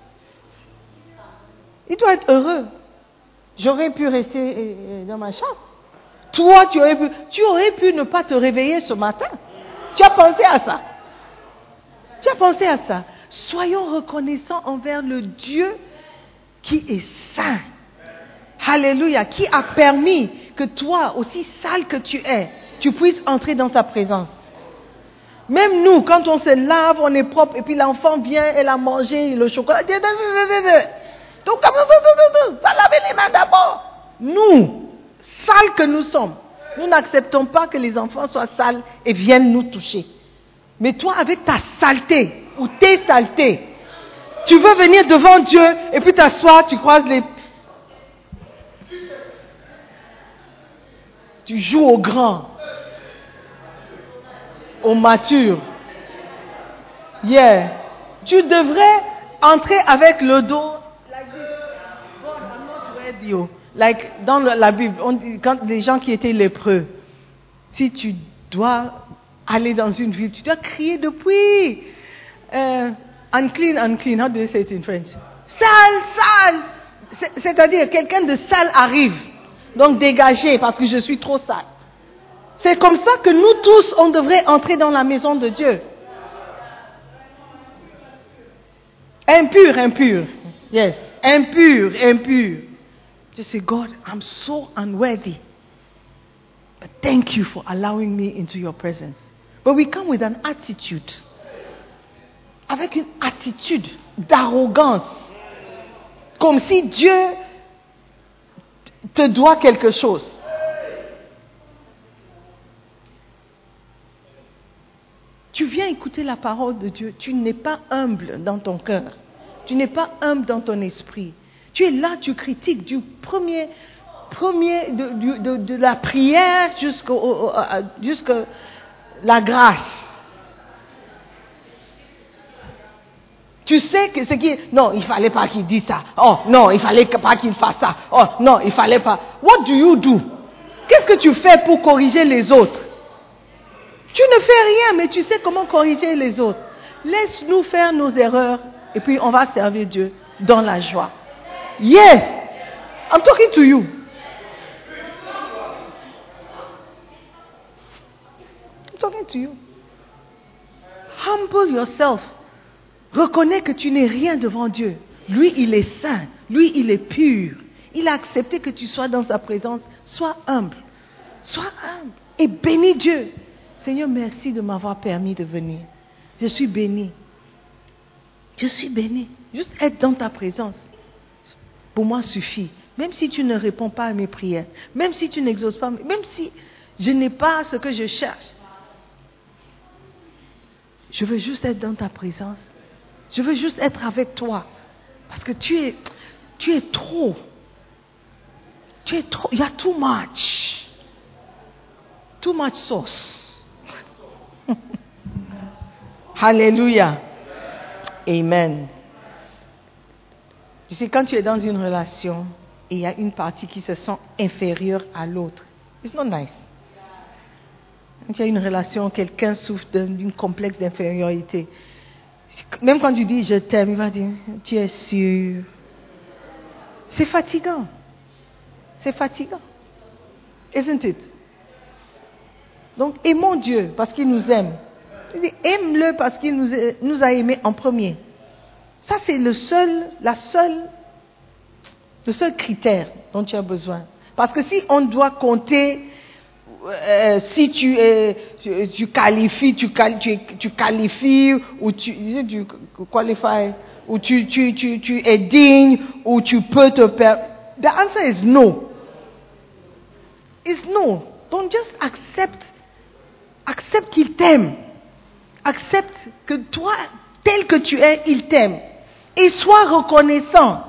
Il doit être heureux. J'aurais pu rester dans ma chambre. Toi, tu aurais pu, tu aurais pu ne pas te réveiller ce matin. Tu as pensé à ça. Tu as pensé à ça. Soyons reconnaissants envers le Dieu qui est saint. Alléluia. Qui a permis que toi, aussi sale que tu es, tu puisses entrer dans sa présence. Même nous, quand on se lave, on est propre, et puis l'enfant vient, elle a mangé le chocolat. Donc, va laver les mains d'abord. Nous, sales que nous sommes, nous n'acceptons pas que les enfants soient sales et viennent nous toucher. Mais toi, avec ta saleté, ou tes saletés, tu veux venir devant Dieu, et puis t'asseoir, tu croises les... Tu joues au grand, au mature. Yeah. Tu devrais entrer avec le dos, like this. God, I'm not ready. Oh. Like dans la Bible, on dit, quand les gens qui étaient lépreux, si tu dois aller dans une ville, tu dois crier depuis uh, unclean, unclean. How do you say it in French? Sale, sale. C'est-à-dire quelqu'un de sale arrive. Donc dégagez parce que je suis trop sale. C'est comme ça que nous tous, on devrait entrer dans la maison de Dieu. Impur, impur. Yes. Impur, impur. Just say, God, I'm so unworthy. But thank you for allowing me into your presence. But we come with an attitude. Avec une attitude d'arrogance. Comme si Dieu te doit quelque chose. Tu viens écouter la parole de Dieu, tu n'es pas humble dans ton cœur, tu n'es pas humble dans ton esprit. Tu es là, tu critiques du premier, premier de, de, de, de la prière jusqu'à jusqu'à la grâce. Tu sais que ce qui... Non, il ne fallait pas qu'il dise ça. Oh, non, il ne fallait pas qu'il fasse ça. Oh, non, il ne fallait pas. What do you do? Qu'est-ce que tu fais pour corriger les autres? Tu ne fais rien, mais tu sais comment corriger les autres. Laisse-nous faire nos erreurs et puis on va servir Dieu dans la joie. Yes! I'm talking to you. I'm talking to you. Humble yourself. Reconnais que tu n'es rien devant Dieu. Lui, il est saint. Lui, il est pur. Il a accepté que tu sois dans sa présence. Sois humble. Sois humble. Et bénis Dieu. Seigneur, merci de m'avoir permis de venir. Je suis béni. Je suis béni. Juste être dans ta présence, pour moi, suffit. Même si tu ne réponds pas à mes prières. Même si tu n'exauces pas. Même si je n'ai pas ce que je cherche. Je veux juste être dans ta présence. Je veux juste être avec toi. Parce que tu es, tu es trop. Tu es trop. Il y a too much. Too much sauce. Alléluia. Amen. Tu sais, quand tu es dans une relation et il y a une partie qui se sent inférieure à l'autre, it's not nice. Quand tu as une relation, quelqu'un souffre d'une complexe d'infériorité. Même quand tu dis je t'aime, il va dire tu es sûr. C'est fatigant. C'est fatigant. Isn't it? Donc aimons Dieu parce qu'il nous aime. Il dit aime-le parce qu'il nous a, nous a aimés en premier. Ça c'est le seul, la seule Le seul critère dont tu as besoin. Parce que si on doit compter, euh, si tu, es, tu, tu qualifies, tu, tu, tu qualifies, ou tu, tu qualify, ou tu, tu, tu, tu es digne, ou tu peux te permettre. The answer is no. It's no. Don't just accept. Accepte qu'il t'aime. Accepte que toi, tel que tu es, il t'aime. Et sois reconnaissant.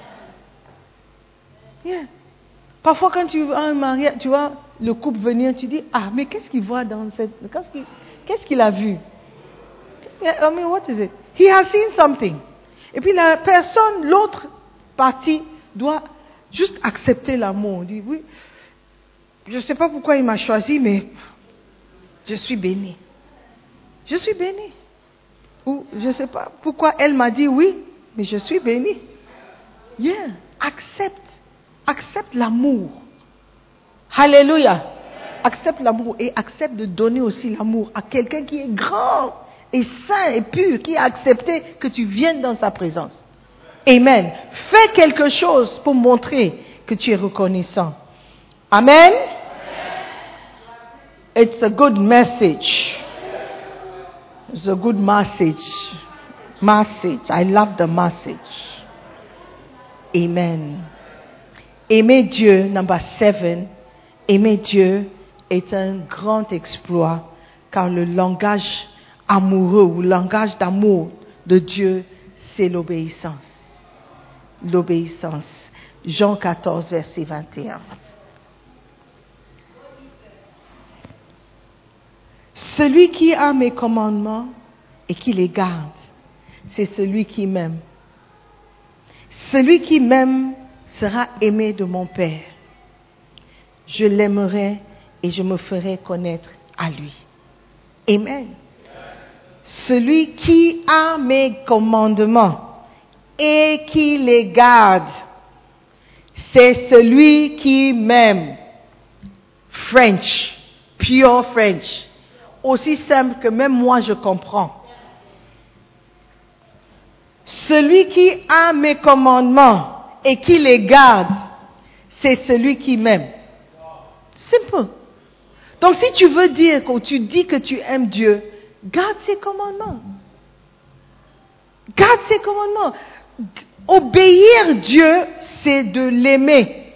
Yeah. Parfois, quand tu vois un mariage, tu vois le couple venir, tu dis, ah, mais qu'est-ce qu'il voit dans cette... Qu'est-ce qu'il, qu'est-ce qu'il a vu? I mean, what is it? He has seen something. Et puis la personne, l'autre partie, doit juste accepter l'amour. On dit, oui, je ne sais pas pourquoi il m'a choisi, mais je suis béni. Je suis béni. Ou je ne sais pas pourquoi elle m'a dit oui, mais je suis béni. Yeah, accepte. Accepte l'amour. Alléluia. Accepte l'amour et accepte de donner aussi l'amour à quelqu'un qui est grand et saint et pur, qui a accepté que tu viennes dans sa présence. Amen. Fais quelque chose pour montrer que tu es reconnaissant. Amen. It's a good message. It's a good message. Message. I love the message. Amen. Aimer Dieu, number seven, aimer Dieu est un grand exploit car le langage amoureux ou le langage d'amour de Dieu, c'est l'obéissance. L'obéissance. Jean quatorze, verset vingt et un. Celui qui a mes commandements et qui les garde, c'est celui qui m'aime. Celui qui m'aime sera aimé de mon Père. Je l'aimerai et je me ferai connaître à lui. Amen. Celui qui a mes commandements et qui les garde, c'est celui qui m'aime. French, pure French. Aussi simple que même moi je comprends. Celui qui a mes commandements et qui les garde, c'est celui qui m'aime. Simple. Donc si tu veux dire, quand tu dis que tu aimes Dieu, garde ses commandements. Garde ses commandements. Obéir Dieu, c'est de l'aimer.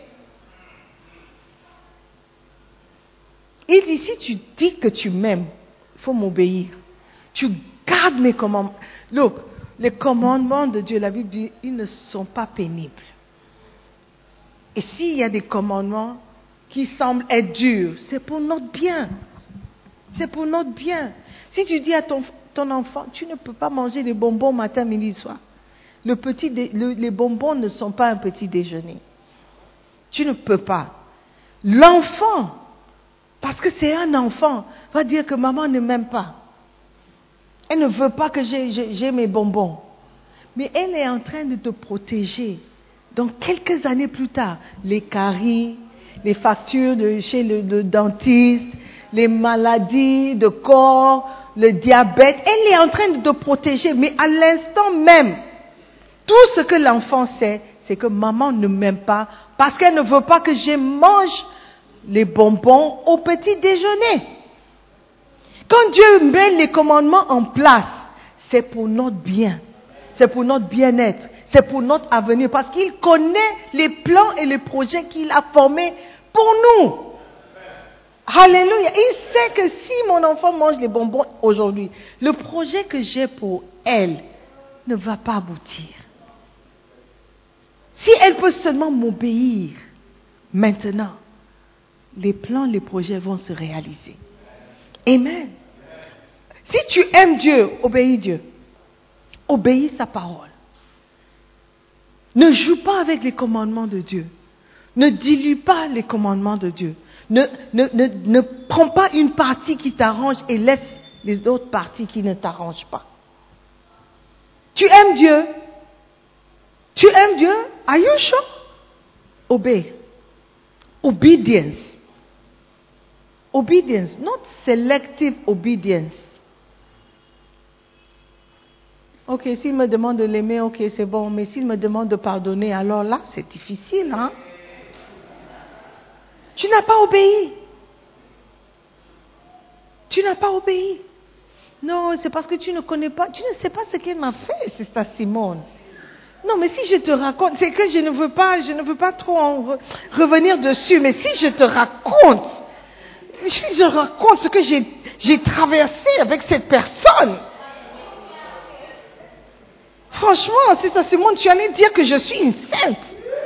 Il dit, si tu dis que tu m'aimes, il faut m'obéir. Tu gardes mes commandements. Look, les commandements de Dieu, la Bible dit, ils ne sont pas pénibles. Et s'il y a des commandements qui semblent être durs, c'est pour notre bien. C'est pour notre bien. Si tu dis à ton, ton enfant, tu ne peux pas manger des bonbons matin, midi, soir. Le petit dé, le, les bonbons ne sont pas un petit déjeuner. Tu ne peux pas. L'enfant, parce que c'est un enfant, va dire que maman ne m'aime pas. Elle ne veut pas que j'ai, j'ai, j'ai mes bonbons. Mais elle est en train de te protéger. Donc, quelques années plus tard, les caries, les factures de chez le, le dentiste, les maladies de corps, le diabète, elle est en train de te protéger. Mais à l'instant même, tout ce que l'enfant sait, c'est que maman ne m'aime pas parce qu'elle ne veut pas que je mange les bonbons au petit déjeuner. Quand Dieu met les commandements en place, c'est pour notre bien. C'est pour notre bien-être. C'est pour notre avenir. Parce qu'il connaît les plans et les projets qu'il a formés pour nous. Alléluia. Il sait que si mon enfant mange les bonbons aujourd'hui, le projet que j'ai pour elle ne va pas aboutir. Si elle peut seulement m'obéir maintenant, les plans, les projets vont se réaliser. Amen. Si tu aimes Dieu, obéis Dieu. Obéis sa parole. Ne joue pas avec les commandements de Dieu. Ne dilue pas les commandements de Dieu. Ne, ne, ne, ne prends pas une partie qui t'arrange et laisse les autres parties qui ne t'arrangent pas. Tu aimes Dieu? Tu aimes Dieu? Are you sure? Obey. Obedience. Obedience, not selective obedience. Ok, s'il me demande de l'aimer, ok, c'est bon. Mais s'il me demande de pardonner, alors là, c'est difficile, hein? Tu n'as pas obéi. Tu n'as pas obéi. Non, c'est parce que tu ne connais pas, tu ne sais pas ce qu'elle m'a fait, c'est ta Simone. Non, mais si je te raconte, c'est que je ne veux pas, je ne veux pas trop en re- revenir dessus, mais si je te raconte, si je raconte ce que j'ai, j'ai traversé avec cette personne, franchement, c'est ta Simone, tu allais dire que je suis une sainte.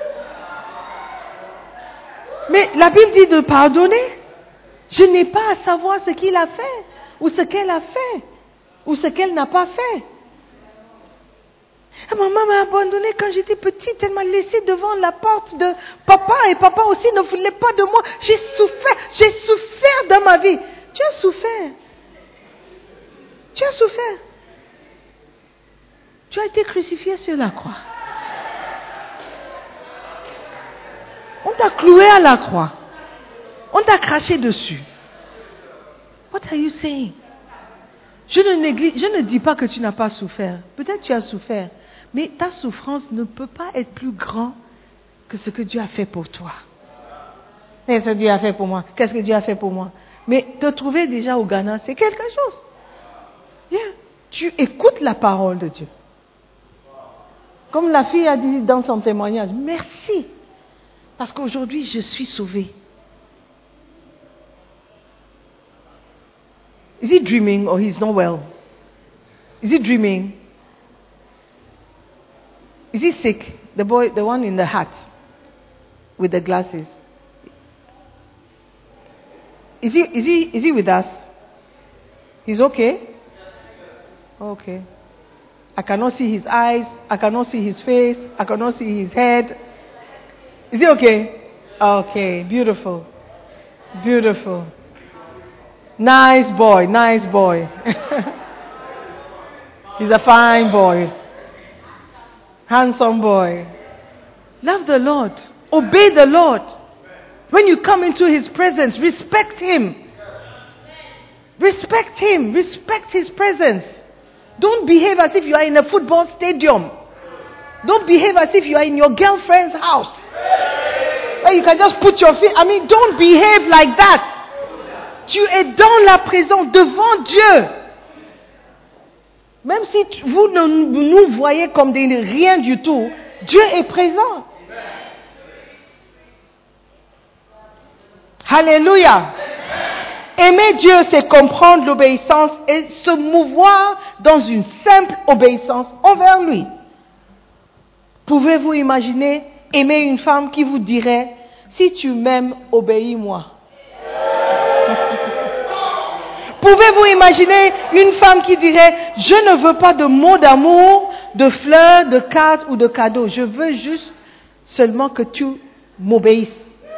Mais la Bible dit de pardonner. Je n'ai pas à savoir ce qu'il a fait, ou ce qu'elle a fait, ou ce qu'elle n'a pas fait. Et maman m'a abandonnée quand j'étais petite, elle m'a laissée devant la porte de papa, et papa aussi ne voulait pas de moi. J'ai souffert, j'ai souffert dans ma vie. Tu as souffert. Tu as souffert. Tu as été crucifié sur la croix. On t'a cloué à la croix. On t'a craché dessus. What are you saying? Je ne néglige, je ne dis pas que tu n'as pas souffert. Peut-être tu as souffert. Mais ta souffrance ne peut pas être plus grande que ce que Dieu a fait pour toi. Qu'est-ce que Dieu a fait pour moi? Qu'est-ce que Dieu a fait pour moi? Mais te trouver déjà au Ghana, c'est quelque chose. Yeah. Tu écoutes la parole de Dieu. Comme la fille a dit dans son témoignage, merci. Parce qu'aujourd'hui, je suis sauvée. Is he dreaming or he's not well? Is he dreaming? Is he sick? The boy, the one in the hat with the glasses. Is he, is he, is he with us? He's okay? Okay. I cannot see his eyes. I cannot see his face. I cannot see his head. Is he okay? Okay. Beautiful. Beautiful. Nice boy, nice boy. He's a fine boy. Handsome boy. Love the Lord. Obey the Lord. When you come into His presence, respect Him. Respect Him. Respect His presence. Don't behave as if you are in a football stadium. Don't behave as if you are in your girlfriend's house. Where you can just put your feet. I mean, don't behave like that. Tu es dans la présence, devant Dieu. Même si vous ne nous voyez comme des rien du tout, Dieu est présent. Alléluia. Aimer Dieu, c'est comprendre l'obéissance et se mouvoir dans une simple obéissance envers lui. Pouvez-vous imaginer aimer une femme qui vous dirait, si tu m'aimes, obéis-moi? Pouvez-vous imaginer une femme qui dirait, je ne veux pas de mots d'amour, de fleurs, de cartes ou de cadeaux. Je veux juste seulement que tu m'obéisses.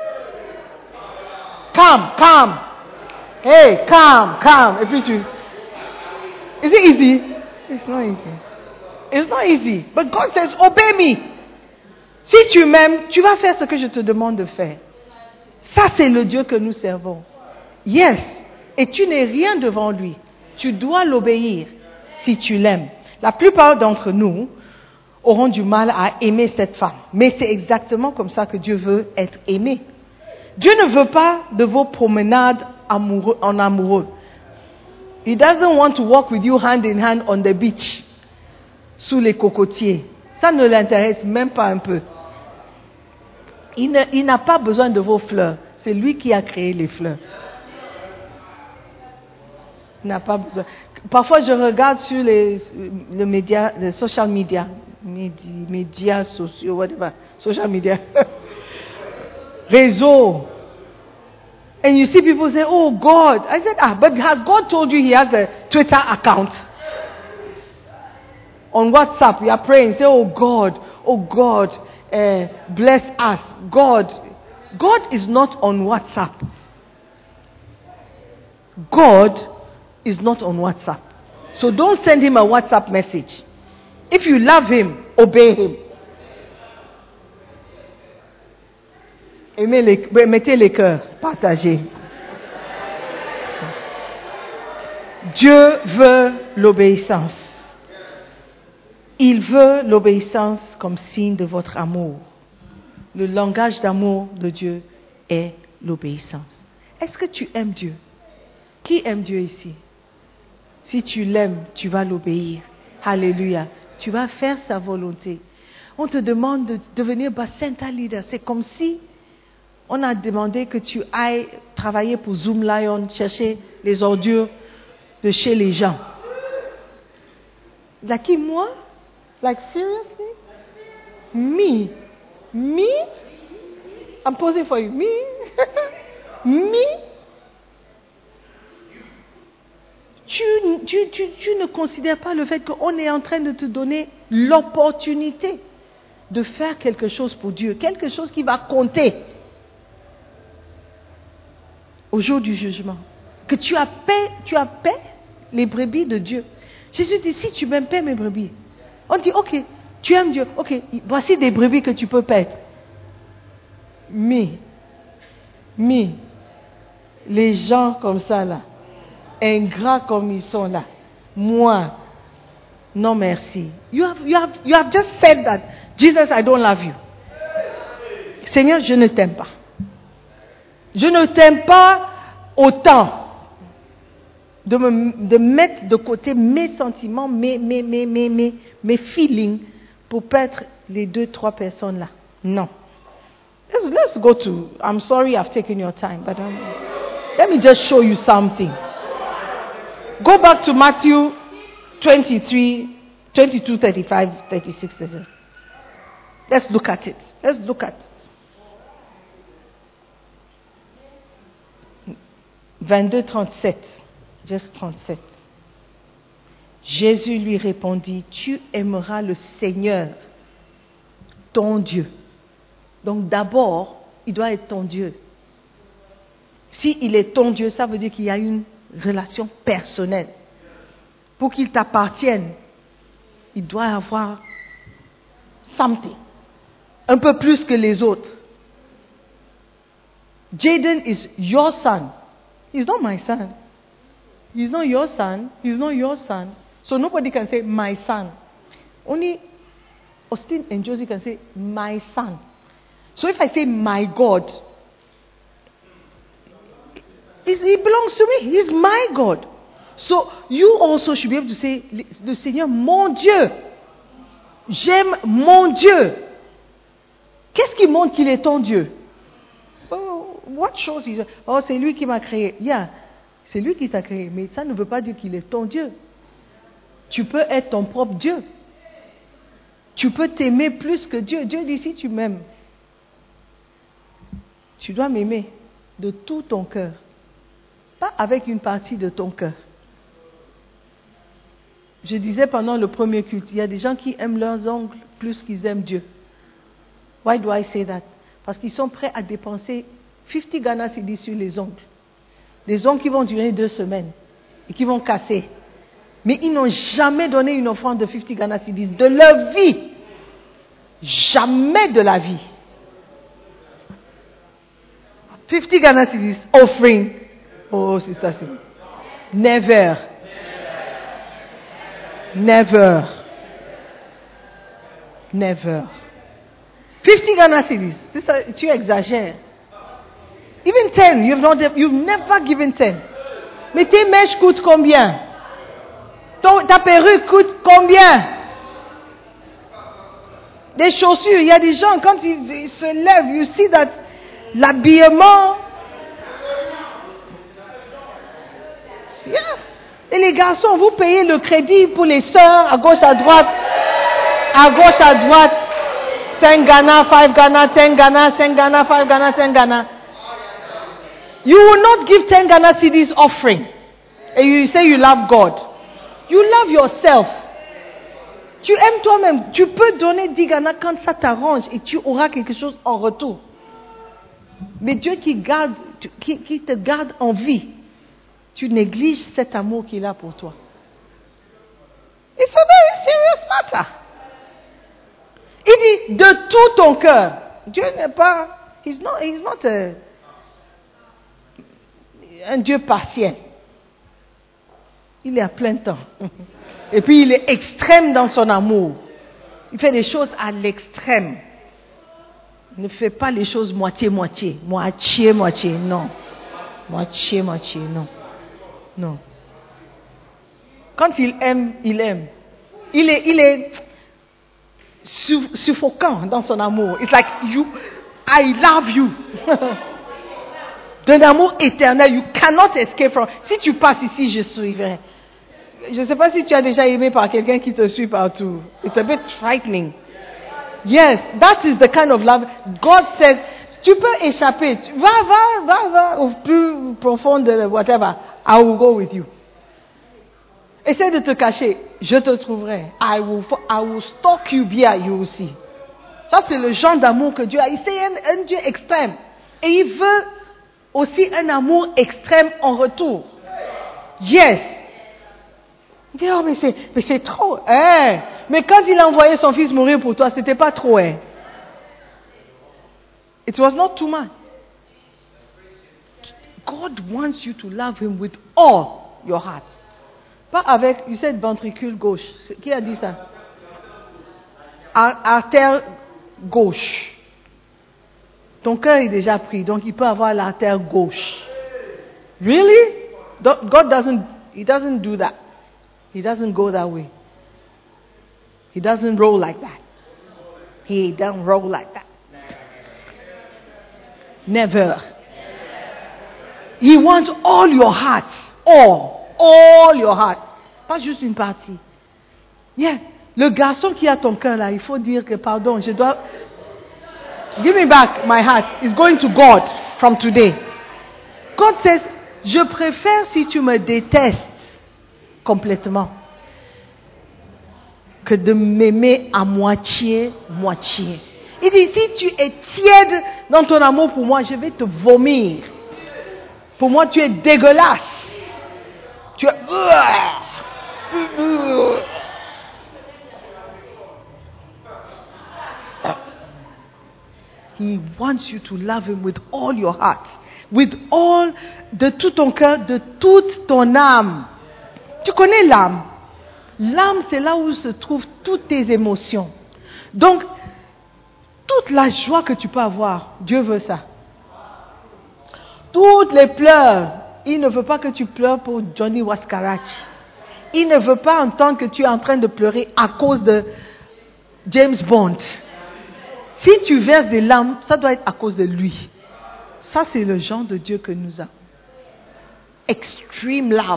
Calme, calme. Hey, calme, calme. Et puis tu... Is it easy? It's not easy. It's not easy. But God says, obey me. Si tu m'aimes, tu vas faire ce que je te demande de faire. Ça, c'est le Dieu que nous servons. Yes. Et tu n'es rien devant lui. Tu dois l'obéir si tu l'aimes. La plupart d'entre nous auront du mal à aimer cette femme. Mais c'est exactement comme ça que Dieu veut être aimé. Dieu ne veut pas de vos promenades amoureux, en amoureux. He doesn't want to walk with you hand in hand on the beach, sous les cocotiers. Ça ne l'intéresse même pas un peu. Il, ne, il n'a pas besoin de vos fleurs. C'est lui qui a créé les fleurs. N'a pas besoin. Parfois, je regarde sur les, les médias, les social media, médias, médias sociaux, whatever, social media, réseau. And you see people say, oh God. I said, ah, but has God told you He has a Twitter account? On WhatsApp, we are praying, say, oh God, oh God, uh, bless us. God, God is not on WhatsApp. God is not on WhatsApp. So don't send him a WhatsApp message. If you love him, obey him. Aimez les, mettez les cœurs, partagez. Dieu veut l'obéissance. Il veut l'obéissance comme signe de votre amour. Le langage d'amour de Dieu est l'obéissance. Est-ce que tu aimes Dieu? Qui aime Dieu ici? Si tu l'aimes, tu vas l'obéir. Alléluia. Tu vas faire sa volonté. On te demande de devenir Bacenta leader. C'est comme si on a demandé que tu ailles travailler pour Zoom Lion, chercher les ordures de chez les gens. Like moi? Like seriously? Me? Me? I'm posing for you. Me? Me? Tu, tu, tu, tu ne considères pas le fait qu'on est en train de te donner l'opportunité de faire quelque chose pour Dieu, quelque chose qui va compter au jour du jugement. Que tu as paix, tu as paix les brebis de Dieu. Jésus dit, si tu m'aimes, paie mes brebis. On dit, ok, tu aimes Dieu, ok, voici des brebis que tu peux perdre. Mais, mais, les gens comme ça là, ingrats comme ils sont là, moi, non merci. You have, you have, you have just said that, Jesus, I don't love you. Seigneur, je ne t'aime pas. Je ne t'aime pas autant de, me, de mettre de côté mes sentiments, mes, mes, mes, mes, mes, mes feelings pour perdre les deux, trois personnes là. Non. Let's, let's go to, I'm sorry I've taken your time, but um, let me just show you something. Go back to Matthew twenty-three, twenty-two, thirty-five, thirty-six, thirty-seven. Let's look at it. Let's look at vingt-deux, trente-sept. Just trente-sept. Jésus lui répondit, tu aimeras le Seigneur, ton Dieu. Donc d'abord, il doit être ton Dieu. S'il est ton Dieu, ça veut dire qu'il y a une relation personnelle. Pour qu'il t'appartienne, il doit avoir something. Un peu plus que les autres. Jaden is your son. He's not my son. He's not your son. He's not your son. So nobody can say my son. Only Austin and Josie can say my son. So if I say my God, he belongs to me. He's my God. So you also should be able to say, le Seigneur, mon Dieu. J'aime mon Dieu. Qu'est-ce qui montre qu'il est ton Dieu? Oh, what shows he? Oh, c'est lui qui m'a créé. Yeah, c'est lui qui t'a créé. Mais ça ne veut pas dire qu'il est ton Dieu. Tu peux être ton propre Dieu. Tu peux t'aimer plus que Dieu. Dieu dit, si tu m'aimes, tu dois m'aimer de tout ton cœur. Pas avec une partie de ton cœur. Je disais pendant le premier culte, il y a des gens qui aiment leurs ongles plus qu'ils aiment Dieu. Why do I say that? Parce qu'ils sont prêts à dépenser cinquante Ghana cedis sur les ongles. Des ongles qui vont durer deux semaines et qui vont casser. Mais ils n'ont jamais donné une offrande de cinquante Ghana cedis de leur vie. Jamais de la vie. cinquante Ghana cedis offering. Oh, c'est ça, c'est. Never. Never. Never. cinquante Ghana cedis. C'est ça, tu exagères. Even ten, you've, not, you've never given ten. Mais tes mèches coûtent combien? Ton, ta perruque coûte combien? Des chaussures, il y a des gens, quand ils, ils se lèvent, you see that l'habillement. Yeah. Et les garçons, vous payez le crédit pour les sœurs à gauche, à droite, à gauche, à droite. cinq Ghana, cinq Ghana, dix Ghana, cinq Ghana, cinq Ghana, dix Ghana. You will not give ten Ghana cedis offering. And you say you love God. You love yourself. Tu aimes toi-même. Tu peux donner dix Ghana quand ça t'arrange et tu auras quelque chose en retour. Mais Dieu qui, garde, qui, qui te garde en vie, tu négliges cet amour qu'il a pour toi. It's a very serious matter. Il dit de tout ton cœur. Dieu n'est pas, he's not, he's not a, un Dieu partiel. Il est à plein temps. Et puis il est extrême dans son amour. il fait des choses à l'extrême. Ne fais pas les choses moitié-moitié. Moitié-moitié, non. Moitié-moitié, non. Non. Quand il aime, il aime. Il est, il est suffocant dans son amour. It's like, you, I love you. D'un amour éternel, you cannot escape from. Si tu passes ici, je suivrai. Je ne sais pas si tu as déjà aimé par quelqu'un qui te suit partout. It's a bit frightening. Yes, that is the kind of love. God says, tu peux échapper. Va, va, va, va au plus profond de whatever. I will go with you. Essaie de te cacher. Je te trouverai. I will, I will stalk you via you aussi. Ça, c'est le genre d'amour que Dieu a. C'est un, un Dieu extrême. Et il veut aussi un amour extrême en retour. Yes. Il dit, oh, mais c'est, mais c'est trop. Hein? Mais quand il a envoyé son fils mourir pour toi, c'était pas trop. Hein? It was not too much. God wants you to love him with all your heart. Pas avec, you said ventricule gauche. Qui a dit ça? Ar- artère gauche. Ton cœur est déjà pris, donc il peut avoir l'artère gauche. Really? God doesn't, he doesn't do that. He doesn't go that way. He doesn't roll like that. He doesn't roll like that. Never. He wants all your heart. All. All your heart. Pas juste une partie. Yeah. Le garçon qui a ton cœur là, il faut dire que pardon, je dois... Give me back my heart. It's going to God from today. God says, je préfère si tu me détestes complètement que de m'aimer à moitié, moitié. Il dit, si tu es tiède dans ton amour pour moi, je vais te vomir. Pour moi, tu es dégueulasse. Tu es... He wants you to love him with all your heart. With all, de tout ton cœur, de toute ton âme. Tu connais l'âme. L'âme, c'est là où se trouvent toutes tes émotions. Donc, toute la joie que tu peux avoir, Dieu veut ça. Toutes les pleurs, il ne veut pas que tu pleures pour Johnny Waskarachi. Il ne veut pas entendre que tu es en train de pleurer à cause de James Bond. Si tu verses des larmes, ça doit être à cause de lui. Ça, c'est le genre de Dieu que nous avons. Extreme love.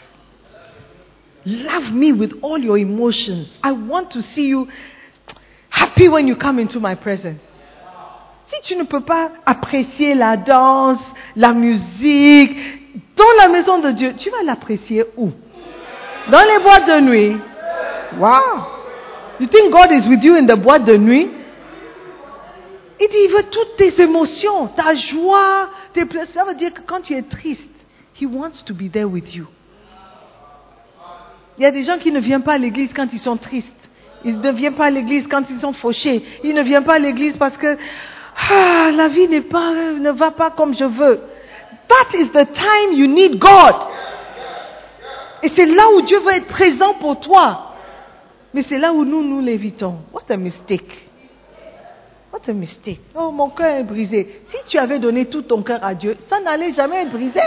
Love me with all your emotions. I want to see you happy when you come into my presence. Si tu ne peux pas apprécier la danse, la musique, dans la maison de Dieu, tu vas l'apprécier où? Dans les boîtes de nuit. Wow. You think God is with you in the boîte de nuit? Il dit, il veut toutes tes émotions, ta joie, tes pleurs. Ça veut dire que quand tu es triste, He wants to be there with you. Il y a des gens qui ne viennent pas à l'église quand ils sont tristes. Ils ne viennent pas à l'église quand ils sont fauchés. Ils ne viennent pas à l'église parce que ah, la vie n'est pas, ne va pas comme je veux. That is the time you need God. Et c'est là où Dieu veut être présent pour toi. Mais c'est là où nous, nous l'évitons. What a mistake. What a mistake. Oh, mon cœur est brisé. Si tu avais donné tout ton cœur à Dieu, ça n'allait jamais être brisé.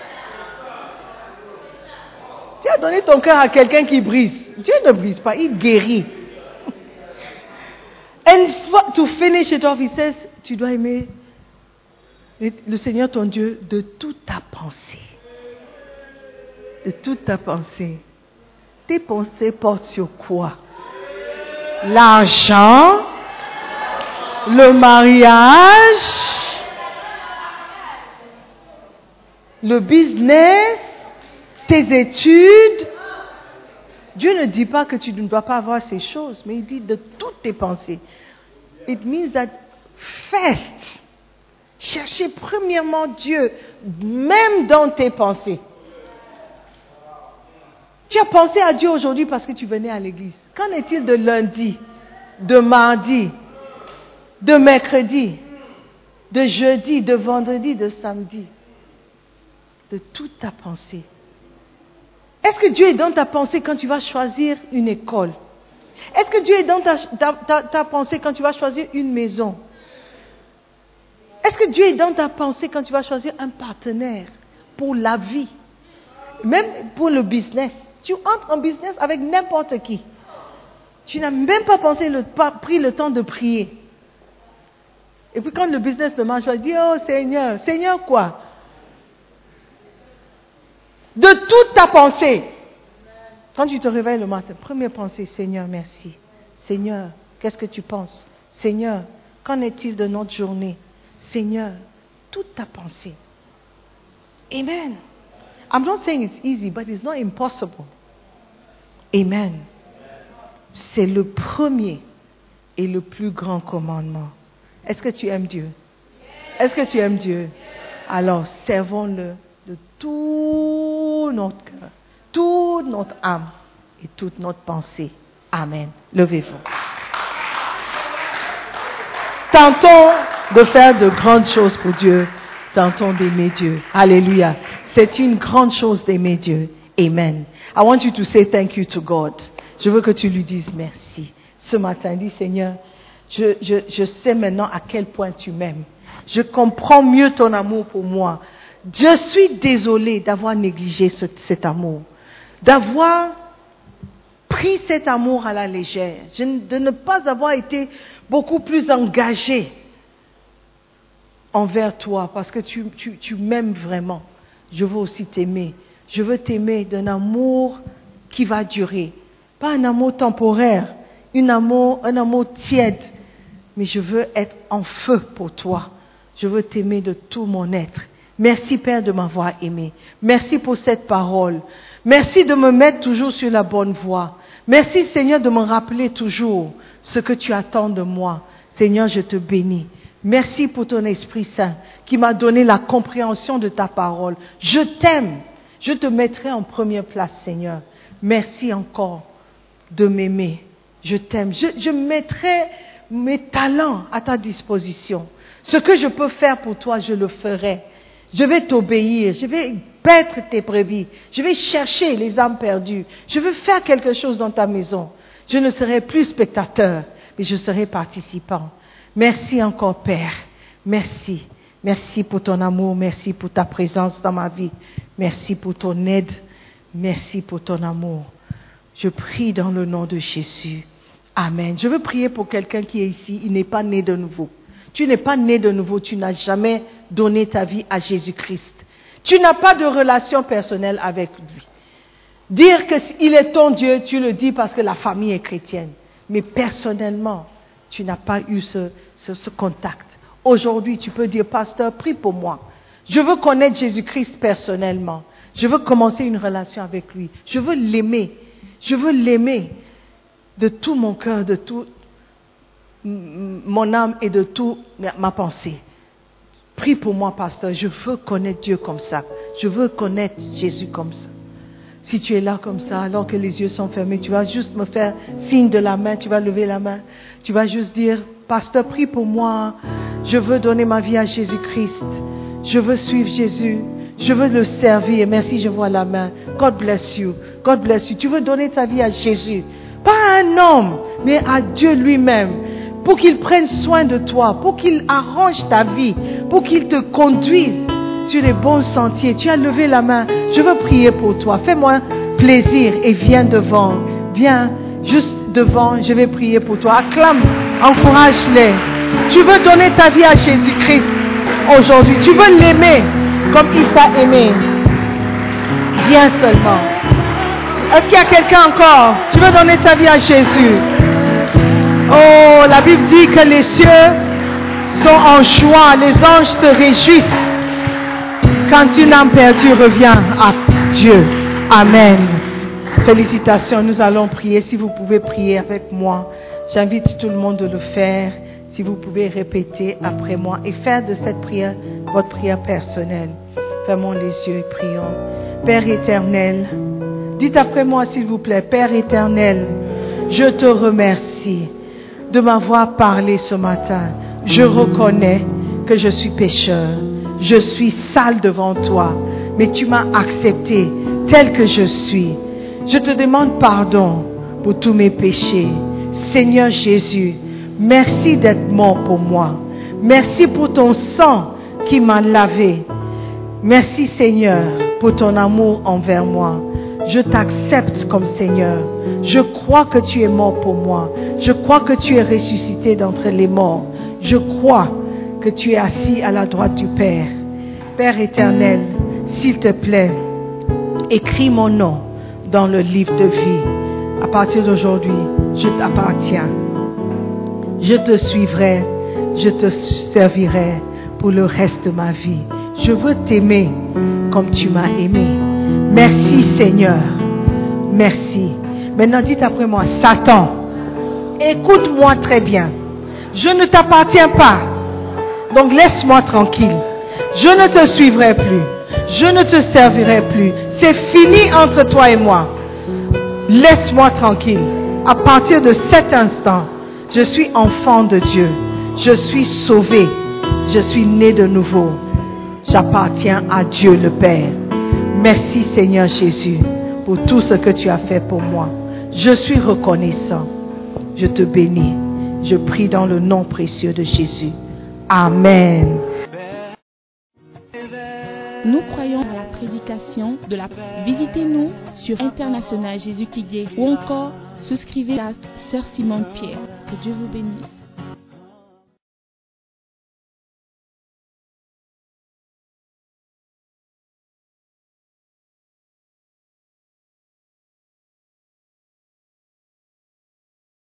Tu as donné ton cœur à quelqu'un qui brise. Dieu ne brise pas, il guérit. And for, to finish it off, he says, tu dois aimer le Seigneur ton Dieu de toute ta pensée. De toute ta pensée. Tes pensées portent sur quoi? L'argent, le mariage, le business, tes études. Dieu ne dit pas que tu ne dois pas avoir ces choses, mais il dit de toutes tes pensées. It means that first, cherchez premièrement Dieu, même dans tes pensées. Tu as pensé à Dieu aujourd'hui parce que tu venais à l'église. Qu'en est-il de lundi, de mardi, de mercredi, de jeudi, de vendredi, de samedi? De toute ta pensée. Est-ce que Dieu est dans ta pensée quand tu vas choisir une école? Est-ce que Dieu est dans ta, ta, ta, ta pensée quand tu vas choisir une maison? Est-ce que Dieu est dans ta pensée quand tu vas choisir un partenaire pour la vie? Même pour le business. Tu entres en business avec n'importe qui. Tu n'as même pas pensé, le, pas pris le temps de prier. Et puis quand le business ne marche pas, tu vas dire, oh Seigneur, Seigneur quoi? De toute ta pensée. Quand tu te réveilles le matin, première pensée, Seigneur, merci. Seigneur, qu'est-ce que tu penses? Seigneur, qu'en est-il de notre journée? Seigneur, toute ta pensée. Amen. I'm not saying it's easy, but it's not impossible. Amen. C'est le premier et le plus grand commandement. Est-ce que tu aimes Dieu? Est-ce que tu aimes Dieu? Alors, servons-le de tout notre cœur, toute notre âme et toute notre pensée. Amen. Levez-vous. Tentons de faire de grandes choses pour Dieu. Tentons d'aimer Dieu. Alléluia. C'est une grande chose d'aimer Dieu. Amen. I want you to say thank you to God. Je veux que tu lui dises merci. Ce matin, dis Seigneur, je, je, je sais maintenant à quel point tu m'aimes. Je comprends mieux ton amour pour moi. Je suis désolée d'avoir négligé ce, cet amour. D'avoir pris cet amour à la légère. Je, de ne pas avoir été beaucoup plus engagée envers toi, parce que tu, tu, tu m'aimes vraiment. Je veux aussi t'aimer. Je veux t'aimer d'un amour qui va durer. Pas un amour temporaire, un amour, un amour tiède. Mais je veux être en feu pour toi. Je veux t'aimer de tout mon être. Merci Père de m'avoir aimé. Merci pour cette parole. Merci de me mettre toujours sur la bonne voie. Merci Seigneur de me rappeler toujours ce que tu attends de moi. Seigneur, je te bénis. Merci pour ton Esprit Saint qui m'a donné la compréhension de ta parole. Je t'aime. Je te mettrai en première place, Seigneur. Merci encore de m'aimer. Je t'aime. Je, je mettrai mes talents à ta disposition. Ce que je peux faire pour toi, je le ferai. Je vais t'obéir. Je vais paître tes brebis. Je vais chercher les âmes perdues. Je veux faire quelque chose dans ta maison. Je ne serai plus spectateur, mais je serai participant. Merci encore, Père. Merci. Merci pour ton amour. Merci pour ta présence dans ma vie. Merci pour ton aide. Merci pour ton amour. Je prie dans le nom de Jésus. Amen. Je veux prier pour quelqu'un qui est ici. Il n'est pas né de nouveau. Tu n'es pas né de nouveau. Tu n'as jamais donné ta vie à Jésus-Christ. Tu n'as pas de relation personnelle avec lui. Dire qu'il est ton Dieu, tu le dis parce que la famille est chrétienne. Mais personnellement, tu n'as pas eu ce, ce, ce contact. Aujourd'hui, tu peux dire, pasteur, prie pour moi. Je veux connaître Jésus-Christ personnellement. Je veux commencer une relation avec lui. Je veux l'aimer. Je veux l'aimer de tout mon cœur, de tout mon âme et de toute ma pensée. Prie pour moi, pasteur. Je veux connaître Dieu comme ça. Je veux connaître Jésus comme ça. Si tu es là comme ça, alors que les yeux sont fermés, tu vas juste me faire signe de la main, tu vas lever la main. Tu vas juste dire, pasteur, prie pour moi. Je veux donner ma vie à Jésus-Christ. Je veux suivre Jésus. Je veux le servir. Merci, je vois la main. God bless you. God bless you. Tu veux donner ta vie à Jésus. Pas à un homme, mais à Dieu lui-même. Pour qu'il prenne soin de toi. Pour qu'il arrange ta vie. Pour qu'il te conduise sur les bons sentiers. Tu as levé la main. Je veux prier pour toi. Fais-moi plaisir et viens devant. Viens juste devant. Je vais prier pour toi. Acclame. Encourage-les. Tu veux donner ta vie à Jésus-Christ aujourd'hui. Tu veux l'aimer comme il t'a aimé. Viens seulement. Est-ce qu'il y a quelqu'un encore? Tu veux donner ta vie à Jésus? Oh, la Bible dit que les cieux sont en joie. Les anges se réjouissent quand une âme perdue revient à Dieu. Amen. Félicitations. Nous allons prier. Si vous pouvez prier avec moi, j'invite tout le monde de le faire. Si vous pouvez répéter après moi et faire de cette prière votre prière personnelle. Fermons les yeux et prions. Père éternel, dites après moi s'il vous plaît. Père éternel, je te remercie de m'avoir parlé ce matin. Je reconnais que je suis pécheur. Je suis sale devant toi. Mais tu m'as accepté tel que je suis. Je te demande pardon pour tous mes péchés. Seigneur Jésus, merci d'être mort pour moi. Merci pour ton sang qui m'a lavé. Merci Seigneur pour ton amour envers moi. Je t'accepte comme Seigneur. Je crois que tu es mort pour moi. Je crois que tu es ressuscité d'entre les morts. Je crois que tu es assis à la droite du Père. Père éternel, s'il te plaît, écris mon nom dans le livre de vie. À partir d'aujourd'hui, je t'appartiens. Je te suivrai, je te servirai pour le reste de ma vie. Je veux t'aimer comme tu m'as aimé. Merci Seigneur. Merci. Maintenant dites après moi, Satan, écoute-moi très bien. Je ne t'appartiens pas. Donc laisse-moi tranquille. Je ne te suivrai plus. Je ne te servirai plus. C'est fini entre toi et moi. Laisse-moi tranquille. À partir de cet instant, je suis enfant de Dieu. Je suis sauvé. Je suis né de nouveau. J'appartiens à Dieu le Père. Merci Seigneur Jésus pour tout ce que tu as fait pour moi. Je suis reconnaissant. Je te bénis. Je prie dans le nom précieux de Jésus. Amen. Nous croyons à la prédication de la... Visitez-nous sur International Jésus qui guérit ou encore souscrivez à Sœur Simone Pierre. Que Dieu vous bénisse.